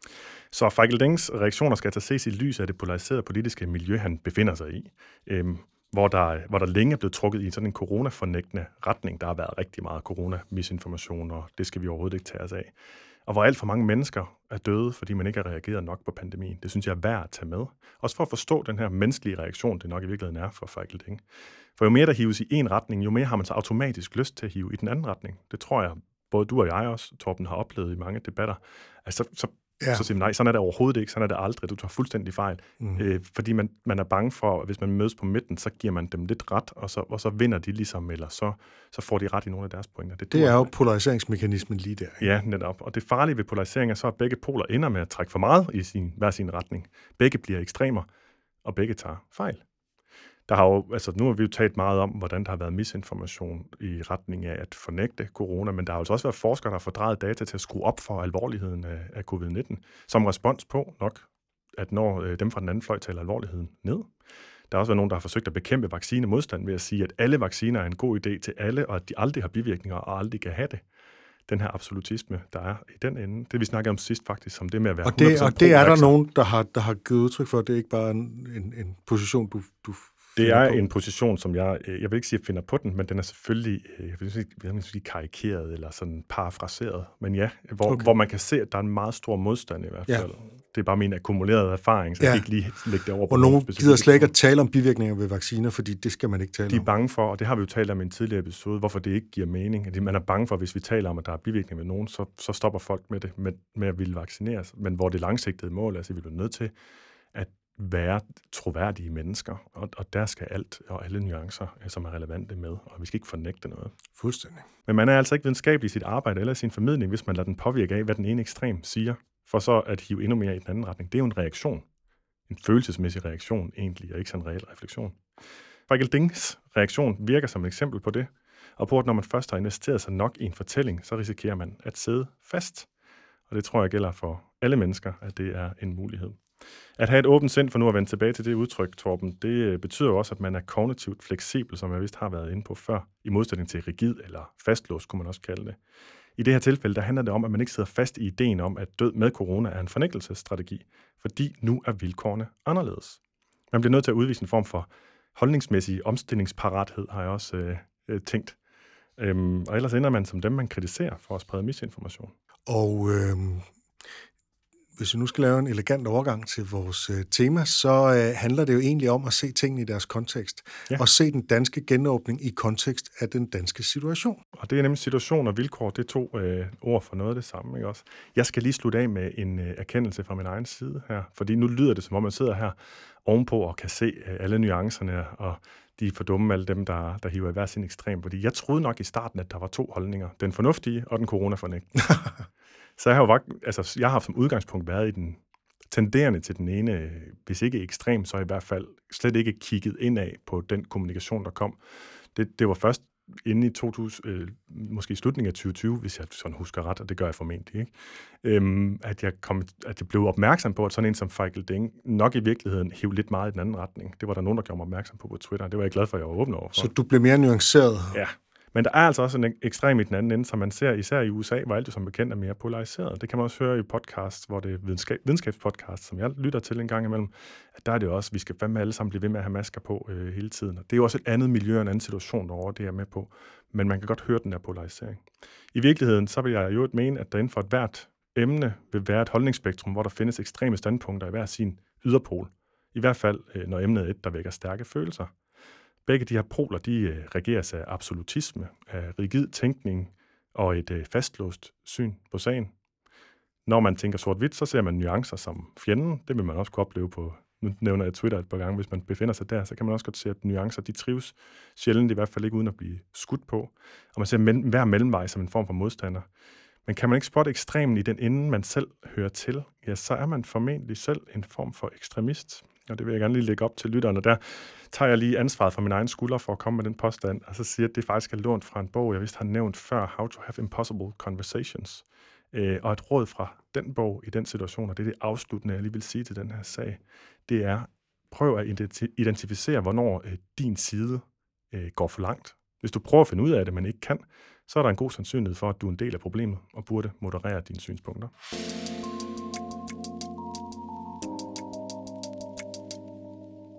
Så Michael Dings reaktioner skal altså ses i lys af det polariserede politiske miljø, han befinder sig i, øhm, hvor, der, hvor der længe er blevet trukket i sådan en coronafornægtende retning. Der har været rigtig meget corona-misinformation, og det skal vi overhovedet ikke tage os af. og hvor alt for mange mennesker er døde, fordi man ikke har reageret nok på pandemien. Det synes jeg er værd at tage med. Også for at forstå den her menneskelige reaktion, det nok i virkeligheden er for Fejkelding. For jo mere der hives i en retning, jo mere har man så automatisk lyst til at hive i den anden retning. Det tror jeg, både du og jeg også, Torben, har oplevet i mange debatter. Altså, så, så, ja. så siger man, nej, sådan er det overhovedet ikke, sådan er det aldrig, du tager fuldstændig fejl. Mm. Øh, fordi man, man er bange for, at hvis man mødes på midten, så giver man dem lidt ret, og så, og så vinder de ligesom, eller så, så får de ret i nogle af deres pointer. Det, det er jo polariseringsmekanismen lige der. Ikke? Ja, netop. Og det farlige ved polarisering er så, at begge poler ender med at trække for meget i sin, hver sin retning. Begge bliver ekstremer, og begge tager fejl. Der har jo, altså nu har vi jo talt meget om, hvordan der har været misinformation i retning af at fornægte corona, men der har jo også været forskere, der har fordrejet data til at skrue op for alvorligheden af, af covid nitten, som respons på nok, at når øh, dem fra den anden fløj taler alvorligheden ned. Der har også været nogen, der har forsøgt at bekæmpe vaccinemodstand ved at sige, at alle vacciner er en god idé til alle, og at de aldrig har bivirkninger og aldrig kan have det. Den her absolutisme, der er i den ende. Det vi snakkede om sidst faktisk, som det med at være og det, og det er der nogen, der har, der har givet udtryk for, at det er ikke bare en, en, en position, du, du Det er en position, som jeg, jeg vil ikke sige, at jeg finder på den, men den er selvfølgelig, jeg vil sige, jeg vil sige karikeret eller sådan parafraseret. Men ja, hvor, okay. hvor man kan se, at der er en meget stor modstand i hvert fald. Ja. Det er bare min akkumulerede erfaring, så ja. jeg kan ikke lige lægge det over på. Og nogen gider slet ikke at tale om bivirkninger ved vacciner, fordi det skal man ikke tale om. De er bange for, og det har vi jo talt om i en tidligere episode, hvorfor det ikke giver mening. At man er bange for, at hvis vi taler om, at der er bivirkninger ved nogen, så, så stopper folk med det, med, med at ville vaccineres. Men hvor det langsigtede mål, altså vi bliver nødt til at være troværdige mennesker, og, og der skal alt og alle nuancer, som er relevante med, og vi skal ikke fornægte noget. Fuldstændig. Men man er altså ikke videnskabelig i sit arbejde eller sin formidling, hvis man lader den påvirke af, hvad den ene ekstrem siger, for så at hive endnu mere i den anden retning. Det er jo en reaktion. En følelsesmæssig reaktion egentlig, og ikke sådan en reel refleksion. Fejkeldings reaktion virker som et eksempel på det, og på at når man først har investeret sig nok i en fortælling, så risikerer man at sidde fast. Og det tror jeg gælder for alle mennesker, at det er en mulighed. At have et åbent sind, for nu at vende tilbage til det udtryk, Torben, det betyder jo også, at man er kognitivt fleksibel, som jeg vist har været inde på før, i modsætning til rigid eller fastlåst, kunne man også kalde det. I det her tilfælde, der handler det om, at man ikke sidder fast i ideen om, at død med corona er en fornægtelsesstrategi, fordi nu er vilkårene anderledes. Man bliver nødt til at udvise en form for holdningsmæssig omstillingsparathed, har jeg også øh, øh, tænkt. Øhm, og ellers ender man som dem, man kritiserer for at sprede misinformation. Og øh, hvis vi nu skal lave en elegant overgang til vores øh, tema, så øh, handler det jo egentlig om at se tingene i deres kontekst. Ja. Og se den danske genåbning i kontekst af den danske situation. Og det er nemlig situation og vilkår, det er to øh, ord for noget af det samme, ikke også? Jeg skal lige slutte af med en øh, erkendelse fra min egen side her, fordi nu lyder det, som om man sidder her ovenpå og kan se øh, alle nuancerne, og de er for dumme, alle dem, der, der hiver i hver sin ekstrem. Fordi jeg troede nok i starten, at der var to holdninger. Den fornuftige og den coronafornægtende. Så jeg har jo altså, jeg har som udgangspunkt været i den tenderende til den ene, hvis ikke ekstrem, så i hvert fald slet ikke kigget indad på den kommunikation, der kom. Det, det var først inde i to tusind, øh, måske i slutningen af tyve tyve, hvis jeg sådan husker ret, og det gør jeg formentlig ikke, øhm, at, jeg kom, at jeg blev opmærksom på, at sådan en som Fejkelding nok i virkeligheden hæv lidt meget i den anden retning. Det var der nogen, der gjorde mig opmærksom på på Twitter. Det var jeg glad for, at jeg var åben over for. Så du blev mere nuanceret? Ja. Men der er altså også en ekstrem i den anden ende, som man ser især i U S A, hvor alt jo som bekendt er mere polariseret. Det kan man også høre i podcast, hvor det er videnskab, videnskabspodcast, som jeg lytter til en gang imellem, at der er det også, vi skal fandme alle sammen blive ved med at have masker på øh, hele tiden. Og det er jo også et andet miljø og en anden situation derovre, det er med på. Men man kan godt høre den der polarisering. I virkeligheden, så vil jeg jo mene, at der inden for et hvert emne vil være et holdningsspektrum, hvor der findes ekstreme standpunkter i hver sin yderpol. I hvert fald, øh, når emnet er et, der vækker stærke følelser. Begge de her poler, de øh, regeres af absolutisme, af rigid tænkning og et øh, fastlåst syn på sagen. Når man tænker sort-hvidt, så ser man nuancer som fjenden. Det vil man også kunne opleve på, nu nævner jeg Twitter et par gange, hvis man befinder sig der, så kan man også godt se, at nuancer, de trives sjældent, i hvert fald ikke uden at blive skudt på. Og man ser men, hver mellemvej som en form for modstander. Men kan man ikke spotte ekstremen i den ende, man selv hører til, ja, så er man formentlig selv en form for ekstremist. Og det vil jeg gerne lige lægge op til lytterne. Der tager jeg lige ansvaret fra min egen skulder for at komme med den påstand, og så siger, at det faktisk er lånt fra en bog, jeg vist har nævnt før, How to Have Impossible Conversations. Øh, og et råd fra den bog i den situation, og det er det afsluttende, jeg lige vil sige til den her sag, det er, prøv at identificere, hvornår øh, din side øh, går for langt. Hvis du prøver at finde ud af det, men ikke kan, så er der en god sandsynlighed for, at du er en del af problemet, og burde moderere dine synspunkter.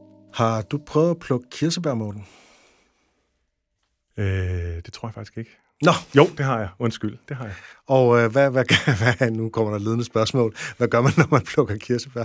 Har du prøvet at plukke kirsebær, Morten? Øh, det tror jeg faktisk ikke. Nå, Jo, det har jeg. Undskyld, det har jeg. og øh, hvad, hvad, hvad, nu kommer der ledende spørgsmål. Hvad gør man, når man plukker kirsebær?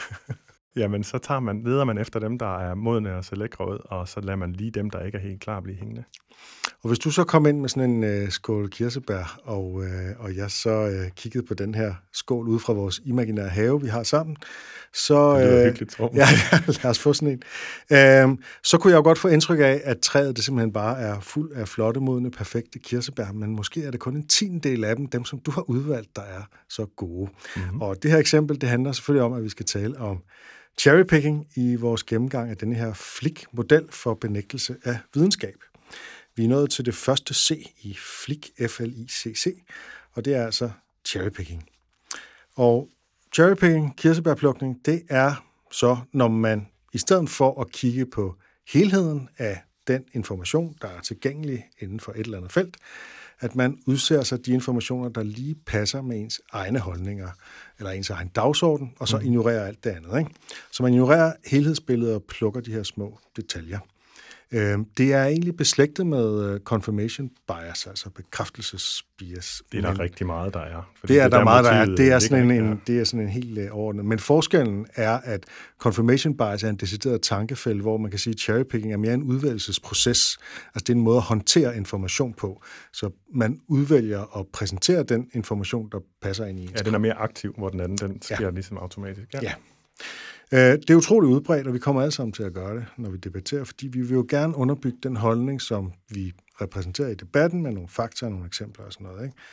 Jamen, så tager man, leder man efter dem, der er modne og ser lækre ud, og så lader man lige dem, der ikke er helt klar, blive hængende. Og hvis du så kom ind med sådan en øh, skål kirsebær, og, øh, og jeg så øh, kiggede på den her skål ude fra vores imaginære have, vi har sammen, så... Det lyder øh, hyggeligt, tror jeg. Ja, lad os få sådan en. Øh, så kunne jeg jo godt få indtryk af, at træet det simpelthen bare er fuld af flotte, modne, perfekte kirsebær, men måske er det kun en tiendedel af dem, dem som du har udvalgt, der er så gode. Mm-hmm. Og det her eksempel, det handler selvfølgelig om, at vi skal tale om cherrypicking i vores gennemgang af denne her Flick-model for benægtelse af videnskab. Vi er nået til det første C i Flick, F L I C C, og det er altså cherrypicking. Og cherrypicking, kirsebærplukning, det er så, når man i stedet for at kigge på helheden af den information, der er tilgængelig inden for et eller andet felt, at man udser sig de informationer, der lige passer med ens egne holdninger, eller ens egen dagsorden, og så ignorerer alt det andet. Ikke? Så man ignorerer helhedsbilledet og plukker de her små detaljer. Det er egentlig beslægtet med confirmation bias, altså bekræftelsesbias. Det er der men, rigtig meget, der er. Det er der, der meget, der er. Det er sådan en, en, det er sådan en helt uh, overordnet. Men forskellen er, at confirmation bias er en decideret tankefælde, hvor man kan sige, at cherrypicking er mere en udvælgelsesproces. Altså det er en måde at håndtere information på. Så man udvælger og præsenterer den information, der passer ind i ens. Ja, den er mere aktiv, hvor den anden den sker ja. ligesom automatisk. Ja. ja. Det er utroligt udbredt, og vi kommer alle sammen til at gøre det, når vi debatterer, fordi vi vil jo gerne underbygge den holdning, som vi repræsenterer i debatten med nogle fakta og nogle eksempler og sådan noget. Ikke?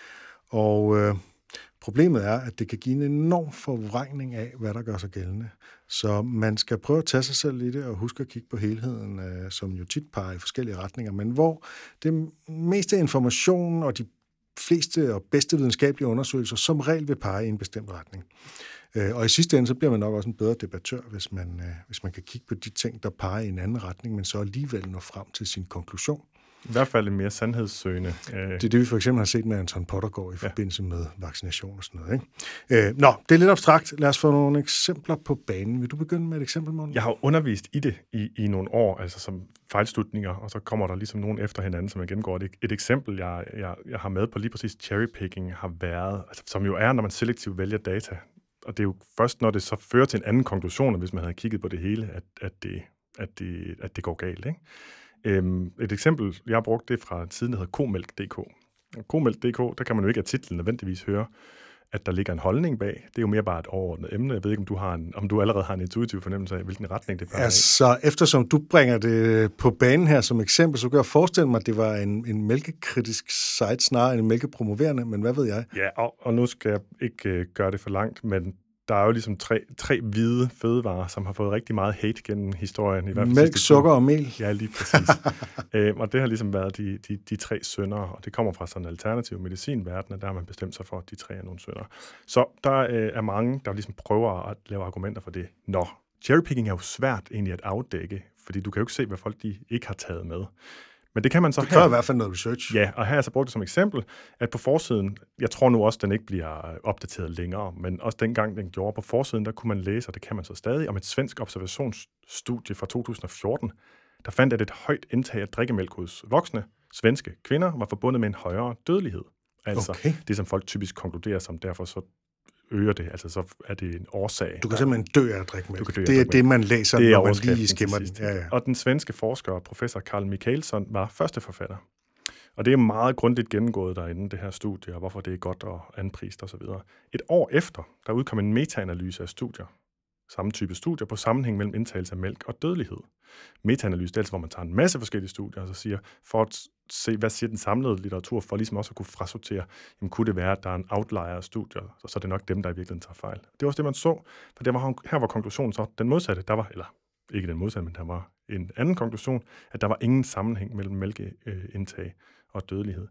Og øh, problemet er, at det kan give en enorm forvrængning af, hvad der gør sig gældende. Så man skal prøve at tage sig selv i det og huske at kigge på helheden, øh, som jo tit peger i forskellige retninger, men hvor det meste information og de fleste og bedste videnskabelige undersøgelser som regel vil pege i en bestemt retning. Og i sidste ende, så bliver man nok også en bedre debattør, hvis man, hvis man kan kigge på de ting, der peger i en anden retning, men så alligevel når frem til sin konklusion. I hvert fald en mere sandhedssøgende. Det er det, vi for eksempel har set med Anton Pottergaard i ja. forbindelse med vaccination og sådan noget. Ikke? Nå, det er lidt abstrakt. Lad os få nogle eksempler på banen. Vil du begynde med et eksempel, Morten? Jeg har undervist i det i, i nogle år, altså som fejlslutninger, og så kommer der ligesom nogen efter hinanden, som jeg gennemgår. Et, et eksempel, jeg, jeg, jeg har med på lige præcis cherrypicking, har været, altså, som jo er, når man selektivt vælger data. Og det er jo først, når det så fører til en anden konklusion, hvis man havde kigget på det hele, at, at, det, at, det, at det går galt. Ikke? Øhm, et eksempel, jeg har brugt, det fra siden, der hedder komælk punktum d k. komælk punktum d k, der kan man jo ikke af titlen nødvendigvis høre, at der ligger en holdning bag. Det er jo mere bare et overordnet emne. Jeg ved ikke, om du, har en, om du allerede har en intuitiv fornemmelse af, hvilken retning det peger. Altså, eftersom du bringer det på banen her som eksempel, så kan jeg forestille mig, at det var en, en mælkekritisk site snarere end en mælkepromoverende, men hvad ved jeg? Ja, og, og nu skal jeg ikke øh, gøre det for langt, men der er jo ligesom tre, tre hvide fødevarer, som har fået rigtig meget hate gennem historien. I hvert fald mælk, sukker og mel. Ja, lige præcis. æm, og det har ligesom været de, de, de tre synder, og det kommer fra sådan en alternativ medicinverden, og der har man bestemt sig for, at de tre er nogle synder. Så der øh, er mange, der ligesom prøver at lave argumenter for det. Nå, cherrypicking er jo svært egentlig at afdække, fordi du kan jo ikke se, hvad folk de ikke har taget med. Men det kan man så det kræver i hvert fald noget research. Ja, og her har jeg så brugt det som eksempel, at på forsiden, jeg tror nu også, den ikke bliver opdateret længere, men også dengang den gjorde på forsiden, der kunne man læse, og det kan man så stadig, om et svensk observationsstudie fra to tusind og fjorten, der fandt, at et højt indtag af drikkemælk hos voksne svenske kvinder var forbundet med en højere dødelighed. Altså okay. Det, som folk typisk konkluderer som, derfor så øger det, altså så er det en årsag. Du kan simpelthen dø af at drikke mælk. Det er det, man læser, det når man lige skimmer den. Ja, ja. Og den svenske forsker, professor Carl Michaelsson, var første forfatter. Og det er meget grundigt gennemgået derinde, det her studie, og hvorfor det er godt og anprist osv. Et år efter, der udkom en metaanalyse af studier, samme type studier, på sammenhæng mellem indtagelse af mælk og dødelighed. Metaanalyse, det er altså, hvor man tager en masse forskellige studier, og så siger, for at se, hvad siger den samlede litteratur, for ligesom også at kunne frasortere, jamen kunne det være, at der er en outlier af studier, så, så er det nok dem, der i virkeligheden tager fejl. Det var også det, man så, for det var, her var konklusionen så den modsatte, der var, eller ikke den modsatte, men der var en anden konklusion, at der var ingen sammenhæng mellem mælkeindtag og dødelighed.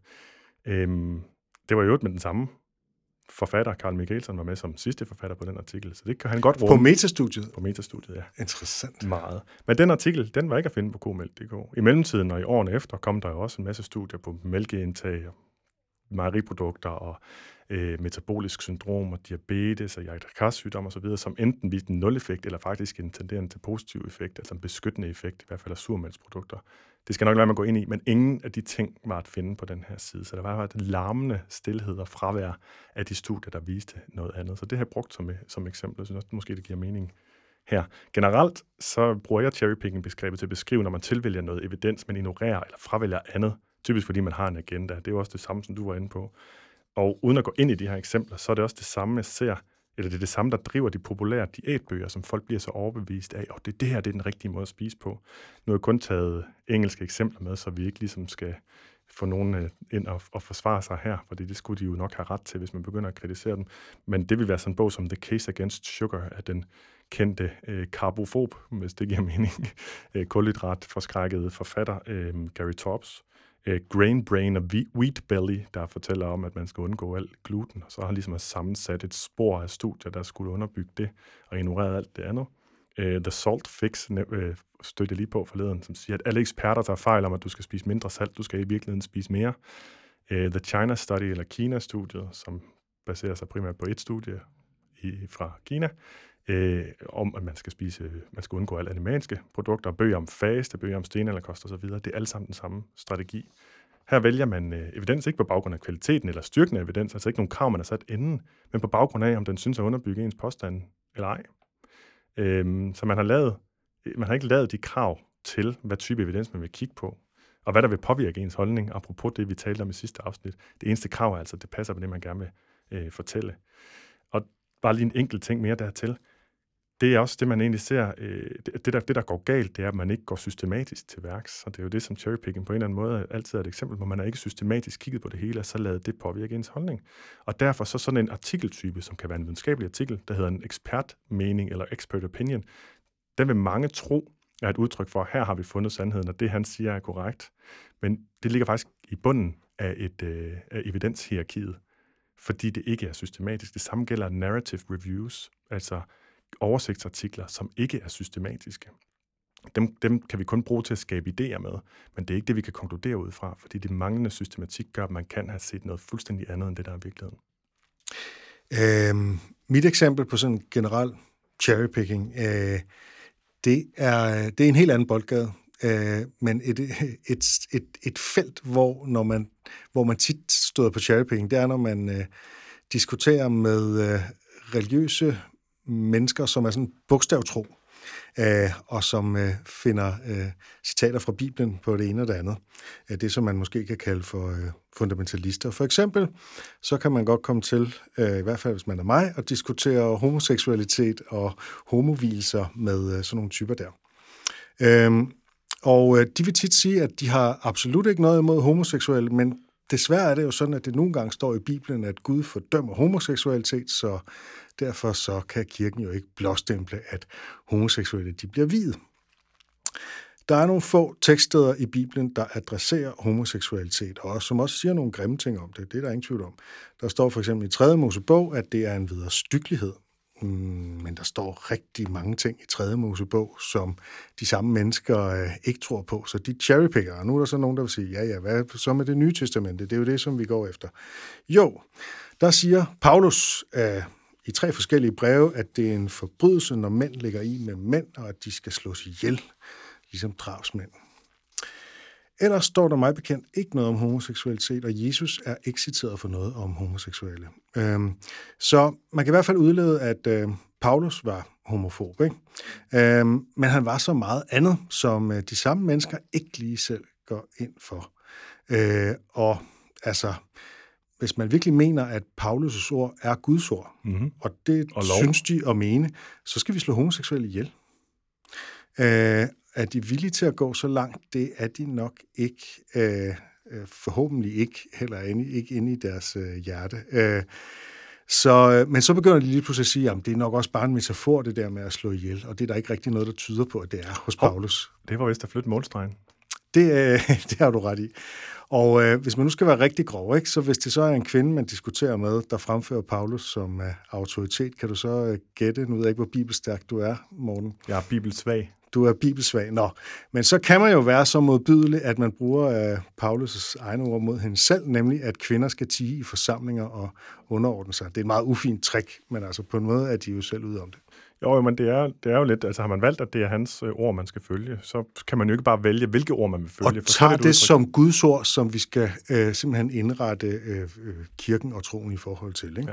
Øhm, det var jo med den samme forfatter, Carl Michaelsson, var med som sidste forfatter på den artikel, så det kan han godt rumme. På metastudiet? På metastudiet, ja. Interessant. Meget. Men den artikel, den var ikke at finde på komælk punktum d k. I mellemtiden og i årene efter kom der jo også en masse studier på mælkeindtag, mejeriprodukter og øh, metabolisk syndrom og diabetes og hjertekarsygdom og så videre, som enten viste en nul-effekt, eller faktisk en tenderende til positiv effekt, altså en beskyttende effekt, i hvert fald af surmælksprodukter. Det skal nok lade mig gå ind i, men ingen af de ting var at finde på den her side. Så der var et larmende stilhed og fravær af de studier, der viste noget andet. Så det har jeg brugt som, som eksempel. Jeg synes også, måske det giver mening her. Generelt så bruger jeg cherrypicking-begrebet til at beskrive, når man tilvælger noget evidens, men ignorerer eller fravælger andet, typisk fordi man har en agenda. Det er jo også det samme, som du var inde på. Og uden at gå ind i de her eksempler, så er det også det samme, jeg ser, eller det er det samme, der driver de populære diætbøger, som folk bliver så overbevist af, og det, det her det er den rigtige måde at spise på. Nu har jeg kun taget engelske eksempler med, så vi ikke ligesom skal få nogen ind og, og forsvare sig her, fordi det skulle de jo nok have ret til, hvis man begynder at kritisere dem. Men det vil være sådan en bog som The Case Against Sugar af den kendte øh, karbofob, hvis det giver mening, øh, kulhydratforskrækkede forfatter øh, Gary Taubes. Øh, Grain Brain og Wheat Belly, der fortæller om, at man skal undgå alt gluten, og så har han ligesom sammensat et spor af studier, der skulle underbygge det, og ignoreret alt det andet. Øh, The Salt Fix øh, stødte lige på forleden, som siger, at alle eksperter tager fejl om, at du skal spise mindre salt, du skal i virkeligheden spise mere. Øh, The China Study, eller Kina-studiet, som baserer sig primært på et studie i, fra Kina, Øh, om, at man skal spise, man skal undgå alle animalske produkter, bøger om faste, bøger om stenalderkost og så videre. Det er alle sammen den samme strategi. Her vælger man øh, evidens ikke på baggrund af kvaliteten eller styrken af evidens, altså ikke nogen krav, man har sat inden, men på baggrund af, om den synes at underbygge ens påstand eller ej. Øh, så man har, lavet, man har ikke lavet de krav til, hvad type evidens man vil kigge på, og hvad der vil påvirke ens holdning, apropos det, vi talte om i sidste afsnit. Det eneste krav er altså, at det passer på det, man gerne vil øh, fortælle. Og bare lige en enkelt ting mere dertil. Det er også det, man egentlig ser. Øh, det, det, der, det, der går galt, det er, at man ikke går systematisk til værks. Og det er jo det, som cherrypicking på en eller anden måde altid er et eksempel, hvor man har ikke systematisk kigget på det hele, og så lader det påvirke ens holdning. Og derfor så sådan en artikeltype, som kan være en videnskabelig artikel, der hedder en ekspertmening eller expert opinion, den vil mange tro er et udtryk for, at her har vi fundet sandheden, og det, han siger, er korrekt. Men det ligger faktisk i bunden af, et, øh, af evidenshierarkiet, fordi det ikke er systematisk. Det samme gælder narrative reviews, altså oversigtsartikler, som ikke er systematiske. Dem, dem kan vi kun bruge til at skabe idéer med, men det er ikke det, vi kan konkludere ud fra, fordi det manglende systematik gør, at man kan have set noget fuldstændig andet, end det, der er virkeligheden. Øhm, mit eksempel på sådan generel cherrypicking, øh, det, er, det er en helt anden boldgade, øh, men et, et, et, et felt, hvor, når man, hvor man tit støder på cherrypicking, det er, når man øh, diskuterer med øh, religiøse mennesker, som er sådan bogstavtro, øh, og som øh, finder øh, citater fra Bibelen på det ene og det andet. Øh, det, som man måske kan kalde for øh, fundamentalister. For eksempel, så kan man godt komme til, øh, i hvert fald hvis man er mig, at diskutere homoseksualitet og homovilser med øh, sådan nogle typer der. Øh, og øh, de vil tit sige, at de har absolut ikke noget imod homoseksuelle, men desværre er det jo sådan, at det nogle gange står i Bibelen, at Gud fordømmer homoseksualitet, så derfor så kan kirken jo ikke blåstemple, at homoseksuelle de bliver viet. Der er nogle få tekststeder i Bibelen, der adresserer homoseksualitet, og som også siger nogle grimme ting om det. Det er der ingen tvivl om. Der står for eksempel i tredje Mosebog, at det er en vederstyggelighed. Men der står rigtig mange ting i tredje Mosebog, som de samme mennesker øh, ikke tror på. Så de cherrypicker, og nu er der så nogen, der vil sige, ja, ja, hvad så med det nye testamente? Det er jo det, som vi går efter. Jo, der siger Paulus øh, i tre forskellige breve, at det er en forbrydelse, når mænd ligger i med mænd, og at de skal slås ihjel, ligesom drabsmænd. Ellers står der mig bekendt ikke noget om homoseksualitet, og Jesus er ikke citeret for noget om homoseksuelle. Øhm, så man kan i hvert fald udlede, at øh, Paulus var homofob, ikke? Øhm, men han var så meget andet, som øh, de samme mennesker ikke lige selv går ind for. Øh, og altså, hvis man virkelig mener, at Paulus' ord er Guds ord, mm-hmm. og det og synes de at mene, så skal vi slå homoseksuelle ihjel. Øh, Er de villige til at gå så langt? Det er de nok ikke, øh, forhåbentlig ikke, heller inde, ikke inde i deres øh, hjerte. Øh, så, men så begynder de lige pludselig at sige, at det er nok også bare en metafor, det der med at slå ihjel, og det er der ikke rigtig noget, der tyder på, at det er hos Paulus. Det var vist at flytte målstregen. Det, øh, det har du ret i. Og øh, hvis man nu skal være rigtig grov, ikke, så hvis det så er en kvinde, man diskuterer med, der fremfører Paulus som øh, autoritet, kan du så øh, gætte, nu ved jeg ikke, hvor bibelstærk du er, Morten? Jeg er bibelsvag. du er bibelsvag. Nå, men så kan man jo være så modbydelig, at man bruger uh, Paulus' egne ord mod hende selv, nemlig at kvinder skal tie i forsamlinger og underordne sig. Det er et meget ufint trick, men altså på en måde er de jo selv ude om det. Jo, men det er, det er jo lidt, altså har man valgt, at det er hans øh, ord, man skal følge, så kan man jo ikke bare vælge, hvilke ord man vil følge. Og for tager det, det, det som Guds ord, som vi skal øh, simpelthen indrette øh, øh, kirken og troen i forhold til. Ikke? Ja.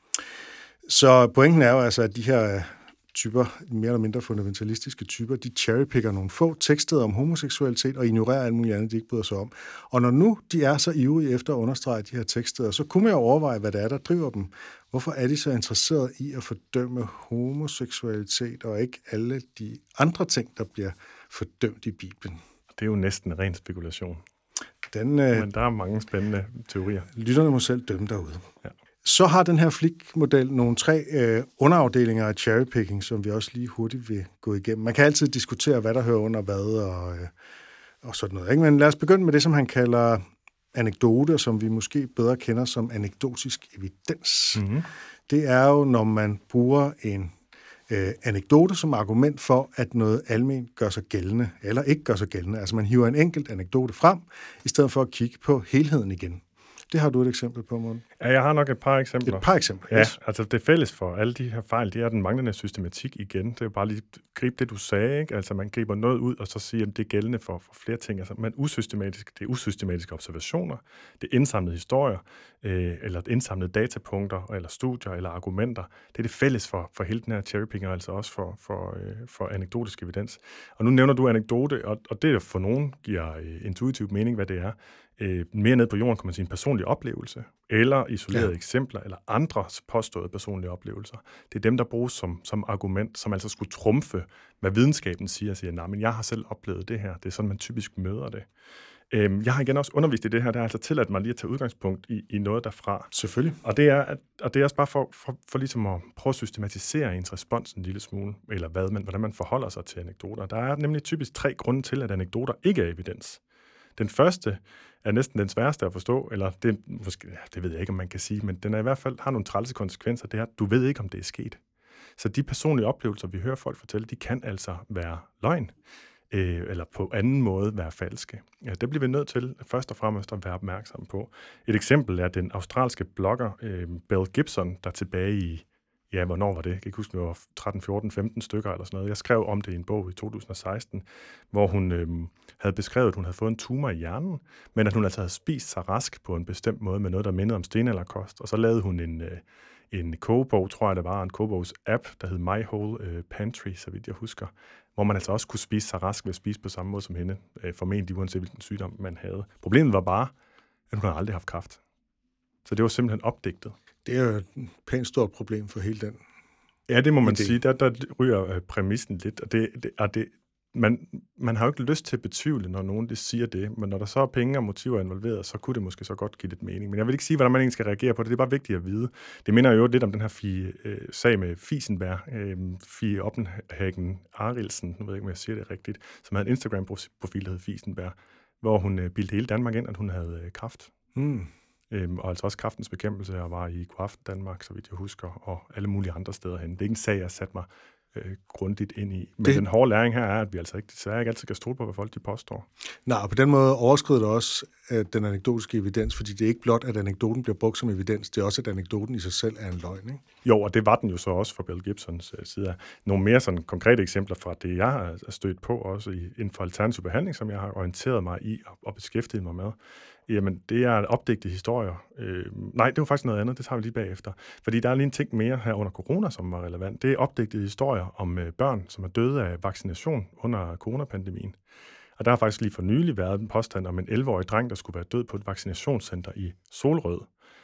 Så pointen er jo altså, at de her øh, typer, mere eller mindre fundamentalistiske typer, de cherrypicker nogle få tekster om homoseksualitet og ignorerer alt muligt andet, de ikke bryder sig om. Og når nu de er så ivrige efter at understrege de her tekster, så kunne man jo overveje, hvad det er, der driver dem. Hvorfor er de så interesserede i at fordømme homoseksualitet og ikke alle de andre ting, der bliver fordømt i Bibelen? Det er jo næsten en ren spekulation. Den, øh, Men der er mange spændende teorier. Lytterne må selv dømme derude. Ja. Så har den her Flick-model nogle tre øh, underafdelinger af cherrypicking, som vi også lige hurtigt vil gå igennem. Man kan altid diskutere, hvad der hører under hvad og, øh, og sådan noget. Ikke? Men lad os begynde med det, som han kalder anekdote, som vi måske bedre kender som anekdotisk evidens. Mm-hmm. Det er jo, når man bruger en øh, anekdote som argument for, at noget alment gør sig gældende, eller ikke gør sig gældende. Altså man hiver en enkelt anekdote frem, i stedet for at kigge på helheden igen. Det har du et eksempel på, Morten? Ja, jeg har nok et par eksempler. Et par eksempler, Ja, yes. altså det fælles for alle de her fejl, det er den manglende systematik igen. Det er jo bare lige gribe det, du sagde, ikke? Altså man griber noget ud, og så siger, at det er gældende for, for flere ting. Altså man usystematisk, det er usystematiske observationer, det er indsamlede historier, øh, eller indsamlede datapunkter, eller studier, eller argumenter. Det er det fælles for, for hele den her cherrypicking, altså også for, for, øh, for anekdotisk evidens. Og nu nævner du anekdote, og, og det for nogen giver øh, intuitiv mening, hvad det er. Øh, mere ned på jorden, kan man sige, en personlig oplevelse, eller isolerede ja. eksempler, eller andres påståede personlige oplevelser. Det er dem, der bruges som, som argument, som altså skulle trumfe, hvad videnskaben siger, og siger, nej, men jeg har selv oplevet det her. Det er sådan, man typisk møder det. Øh, jeg har igen også undervist i det her, der har altså tilladt mig lige at tage udgangspunkt i, i noget derfra. Selvfølgelig. Og det er, at, og det er også bare for, for, for ligesom at prøve at systematisere ens respons en lille smule, eller hvad man, hvordan man forholder sig til anekdoter. Der er nemlig typisk tre grunde til, at anekdoter ikke er evidens. Den første er næsten den sværeste at forstå, eller det, måske, ja, det ved jeg ikke, om man kan sige, men den er i hvert fald har nogle trælse konsekvenser. Det er, at du ved ikke, om det er sket. Så de personlige oplevelser, vi hører folk fortælle, de kan altså være løgn, øh, eller på anden måde være falske. Ja, det bliver vi nødt til først og fremmest at være opmærksomme på. Et eksempel er den australske blogger øh, Belle Gibson, der tilbage i Ja, hvornår var det? Jeg kan ikke huske, det var tretten, fjorten, femten stykker eller sådan noget. Jeg skrev om det i en bog i to tusind og seksten, hvor hun øh, havde beskrevet, at hun havde fået en tumor i hjernen, men at hun altså havde spist sig rask på en bestemt måde med noget, der mindede om stenalderkost. Og så lavede hun en, øh, en kogebog, tror jeg det var, en kogebogs app, der hed My Whole øh, Pantry, så vidt jeg husker, hvor man altså også kunne spise sig rask ved at spise på samme måde som hende, øh, formentlig uanset hvilken sygdom man havde. Problemet var bare, at hun havde aldrig haft kræft. Så det var simpelthen opdigtet. Det er jo et pænt stort problem for hele den. Ja, det må man idé. sige. Der, der ryger præmissen lidt. Og det, det, og det, man, man har jo ikke lyst til at betvivle, når nogen det siger det, men når der så er penge og motiver involveret, så kunne det måske så godt give lidt mening. Men jeg vil ikke sige, hvordan man egentlig skal reagere på det. Det er bare vigtigt at vide. Det minder jo lidt om den her Fie, øh, sag med Fiesenberg, øh, Fie Oppenhagen Arilsen, nu ved jeg ikke, om jeg siger det rigtigt, som havde en Instagram-profil, der hed Fiesenberg, hvor hun øh, bildte hele Danmark ind, at hun havde øh, kræft. Mm. Øhm, og altså også Kræftens Bekæmpelse, og var i Godaften Danmark, så vidt jeg husker, og alle mulige andre steder hen. Det er ikke en sag, jeg har sat mig øh, grundigt ind i. Men det... den hårde læring her er, at vi altså ikke, desværre ikke altid kan stole på, hvad folk de påstår. Nej, på den måde overskrider det også øh, den anekdotiske evidens, fordi det er ikke blot, at anekdoten bliver brugt som evidens, det er også, at anekdoten i sig selv er en løgn, ikke? Jo, og det var den jo så også fra Belle Gibsons øh, side. Nogle mere sådan konkrete eksempler fra det, jeg har stødt på, også i, inden for alternativ behandling, som jeg har orienteret mig i og, og beskæftiget mig med. Jamen, det er opdigtede historier. Øh, nej, det var faktisk noget andet, det tager vi lige bagefter. Fordi der er lige en ting mere her under corona, som var relevant. Det er opdigtede historier om øh, børn, som er døde af vaccination under coronapandemien. Og der har faktisk lige for nylig været en påstand om en elleve-årig dreng, der skulle være død på et vaccinationscenter i Solrød.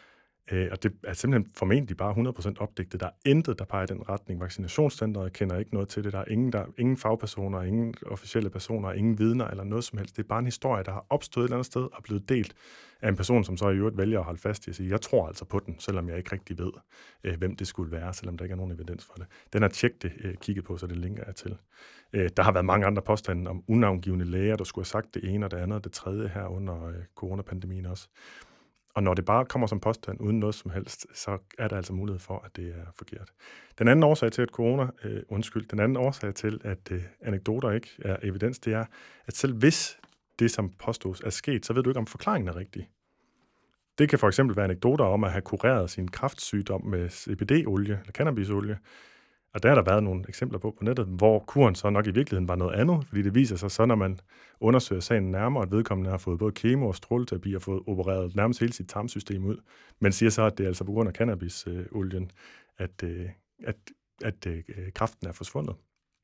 Øh, og det er simpelthen formentlig bare hundrede procent opdigtet. Der er intet, der peger i den retning. Vaccinationscenteret kender ikke noget til det. Der er ingen, der, ingen fagpersoner, ingen officielle personer, ingen vidner eller noget som helst. Det er bare en historie, der har opstået et eller andet sted og blevet delt af en person, som så i øvrigt vælger at holde fast i at sige, jeg tror altså på den, selvom jeg ikke rigtig ved, øh, hvem det skulle være, selvom der ikke er nogen evidens for det. Den har tjekket det, øh, kigget på, så det linker jeg til. Øh, der har været mange andre påstande om unavngivende læger, der skulle have sagt det ene og det andet og det tredje her under øh, coronapandemien også. Og når det bare kommer som påstand uden noget som helst, så er der altså mulighed for, at det er forkert. Den anden årsag til, at corona, øh, undskyld, den anden årsag til, at øh, anekdoter ikke er evidens, det er, at selv hvis det, som påstås, er sket, så ved du ikke, om forklaringen er rigtig. Det kan for eksempel være anekdoter om at have kureret sin kræftsygdom med C B D-olie eller cannabisolie. Og der har der været nogle eksempler på på nettet, hvor kuren så nok i virkeligheden var noget andet, fordi det viser sig så, når man undersøger sagen nærmere, at vedkommende har fået både kemo og stråleterapi og fået opereret nærmest hele sit tarmsystem ud. Men siger så, at det er altså på grund af cannabisolien, at, at, at, at kræften er forsvundet.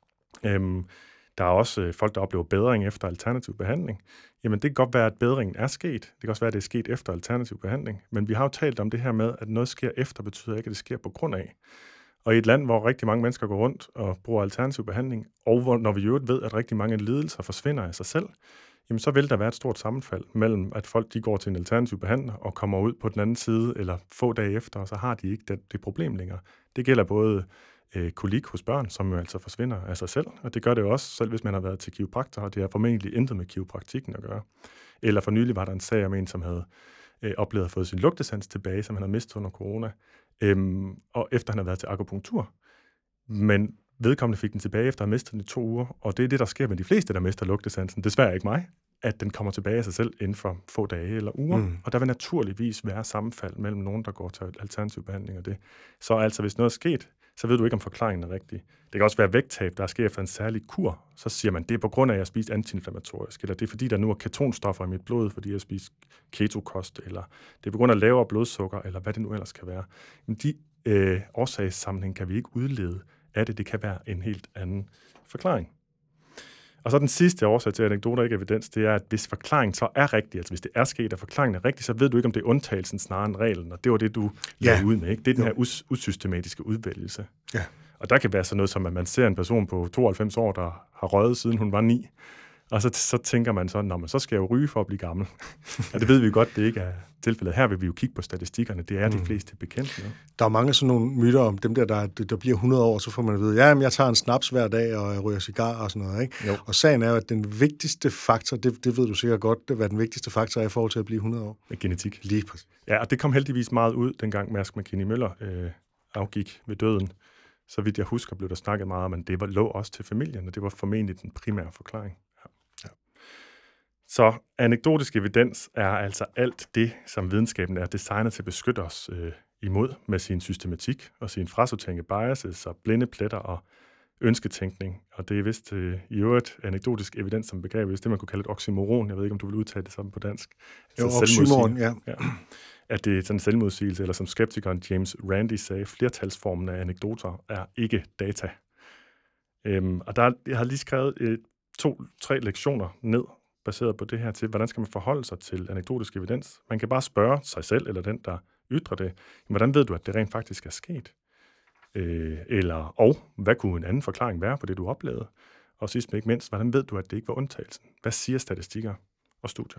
Øhm, Der er også folk, der oplever bedring efter alternativ behandling. Jamen, det kan godt være, at bedringen er sket. Det kan også være, at det er sket efter alternativ behandling. Men vi har jo talt om det her med, at noget sker efter, betyder ikke, at det sker på grund af. Og i et land, hvor rigtig mange mennesker går rundt og bruger alternativ behandling, og hvor, når vi jo ved, at rigtig mange lidelser forsvinder af sig selv, jamen så vil der være et stort sammenfald mellem, at folk de går til en alternativ behandler og kommer ud på den anden side, eller få dage efter, og så har de ikke det, det problem længere. Det gælder både øh, kolik hos børn, som jo altså forsvinder af sig selv, og det gør det jo også, selv hvis man har været til kiropraktor, og det har formentlig intet med kiropraktikken at gøre. Eller for nylig var der en sag om en, som havde øh, oplevet at få sin lugtesans tilbage, som han havde mistet under corona, øhm, og efter han havde været til akupunktur. Men vedkommende fik den tilbage efter at have mistet den i to uger, og det er det, der sker med de fleste, der mister lugtesansen. Desværre ikke mig, at den kommer tilbage af sig selv inden for få dage eller uger. Mm. Og der vil naturligvis være sammenfald mellem nogen, der går til alternativ behandling og det. Så altså, hvis noget er sket, så ved du ikke, om forklaringen er rigtig. Det kan også være vægttab, der sker efter en særlig kur. Så siger man, det er på grund af, at jeg har spist antiinflammatorisk, eller det er fordi, der nu er ketonstoffer i mit blod, fordi jeg har spist ketokost, eller det er på grund af lavere blodsukker, eller hvad det nu ellers kan være. Men de øh, årsagssammenhæng kan vi ikke udlede af det. Det kan være en helt anden forklaring. Og så den sidste årsag til, at anekdoter ikke er evidens, det er, at hvis forklaringen så er rigtig, altså hvis det er sket, og forklaringen er rigtig, så ved du ikke, om det er undtagelsen snarere end reglen, og det var det, du lavede Ja. ud med, ikke? Det er den Jo. her us- usystematiske udvælgelse. Ja. Og der kan være sådan noget som, at man ser en person på tooghalvfems år, der har røget, siden hun var ni, og så, så tænker man så, nå, men så skal jeg jo ryge for at blive gammel. Og det ved vi godt, det ikke er tilfældet. Her vil vi jo kigge på statistikkerne. Det er mm. de fleste bekendt med. Der er mange sådan nogle myter om dem der, der, der bliver hundrede år, så får man at vide, ja, jamen, jeg tager en snaps hver dag, og jeg ryger cigar og sådan noget. Ikke? Jo. Og sagen er jo, at den vigtigste faktor, det, det ved du sikkert godt, hvad den vigtigste faktor er i forhold til at blive hundrede år. Med genetik. Lige præcis. Ja, og det kom heldigvis meget ud, dengang Mærsk Mc-Kinney Møller øh, afgik ved døden. Så vidt jeg husker, blev der snakket meget om, at det var, lå også til familien, og det var formentlig den primære forklaring. Ja. Ja. Så anekdotisk evidens er altså alt det, som videnskaben er designet til at beskytte os øh, imod med sin systematik og sin frasortering biases og blinde pletter og ønsketænkning. Og det er vist øh, i øvrigt anekdotisk evidens som begreb, hvis det man kunne kalde et oxymoron. Jeg ved ikke, om du vil udtale det sådan på dansk. Jo, altså oxymoron, ja. ja. At det er sådan en selvmodsigelse, eller som skeptikeren James Randi sagde, flertalsformen af anekdoter er ikke data. Øhm, og der, jeg har lige skrevet øh, to-tre lektioner ned, baseret på det her til, hvordan skal man forholde sig til anekdotisk evidens. Man kan bare spørge sig selv, eller den, der ytrer det, hvordan ved du, at det rent faktisk er sket? Øh, eller, og hvad kunne en anden forklaring være på det, du oplevede? Og sidst men ikke mindst, hvordan ved du, at det ikke var undtagelsen? Hvad siger statistikker og studier?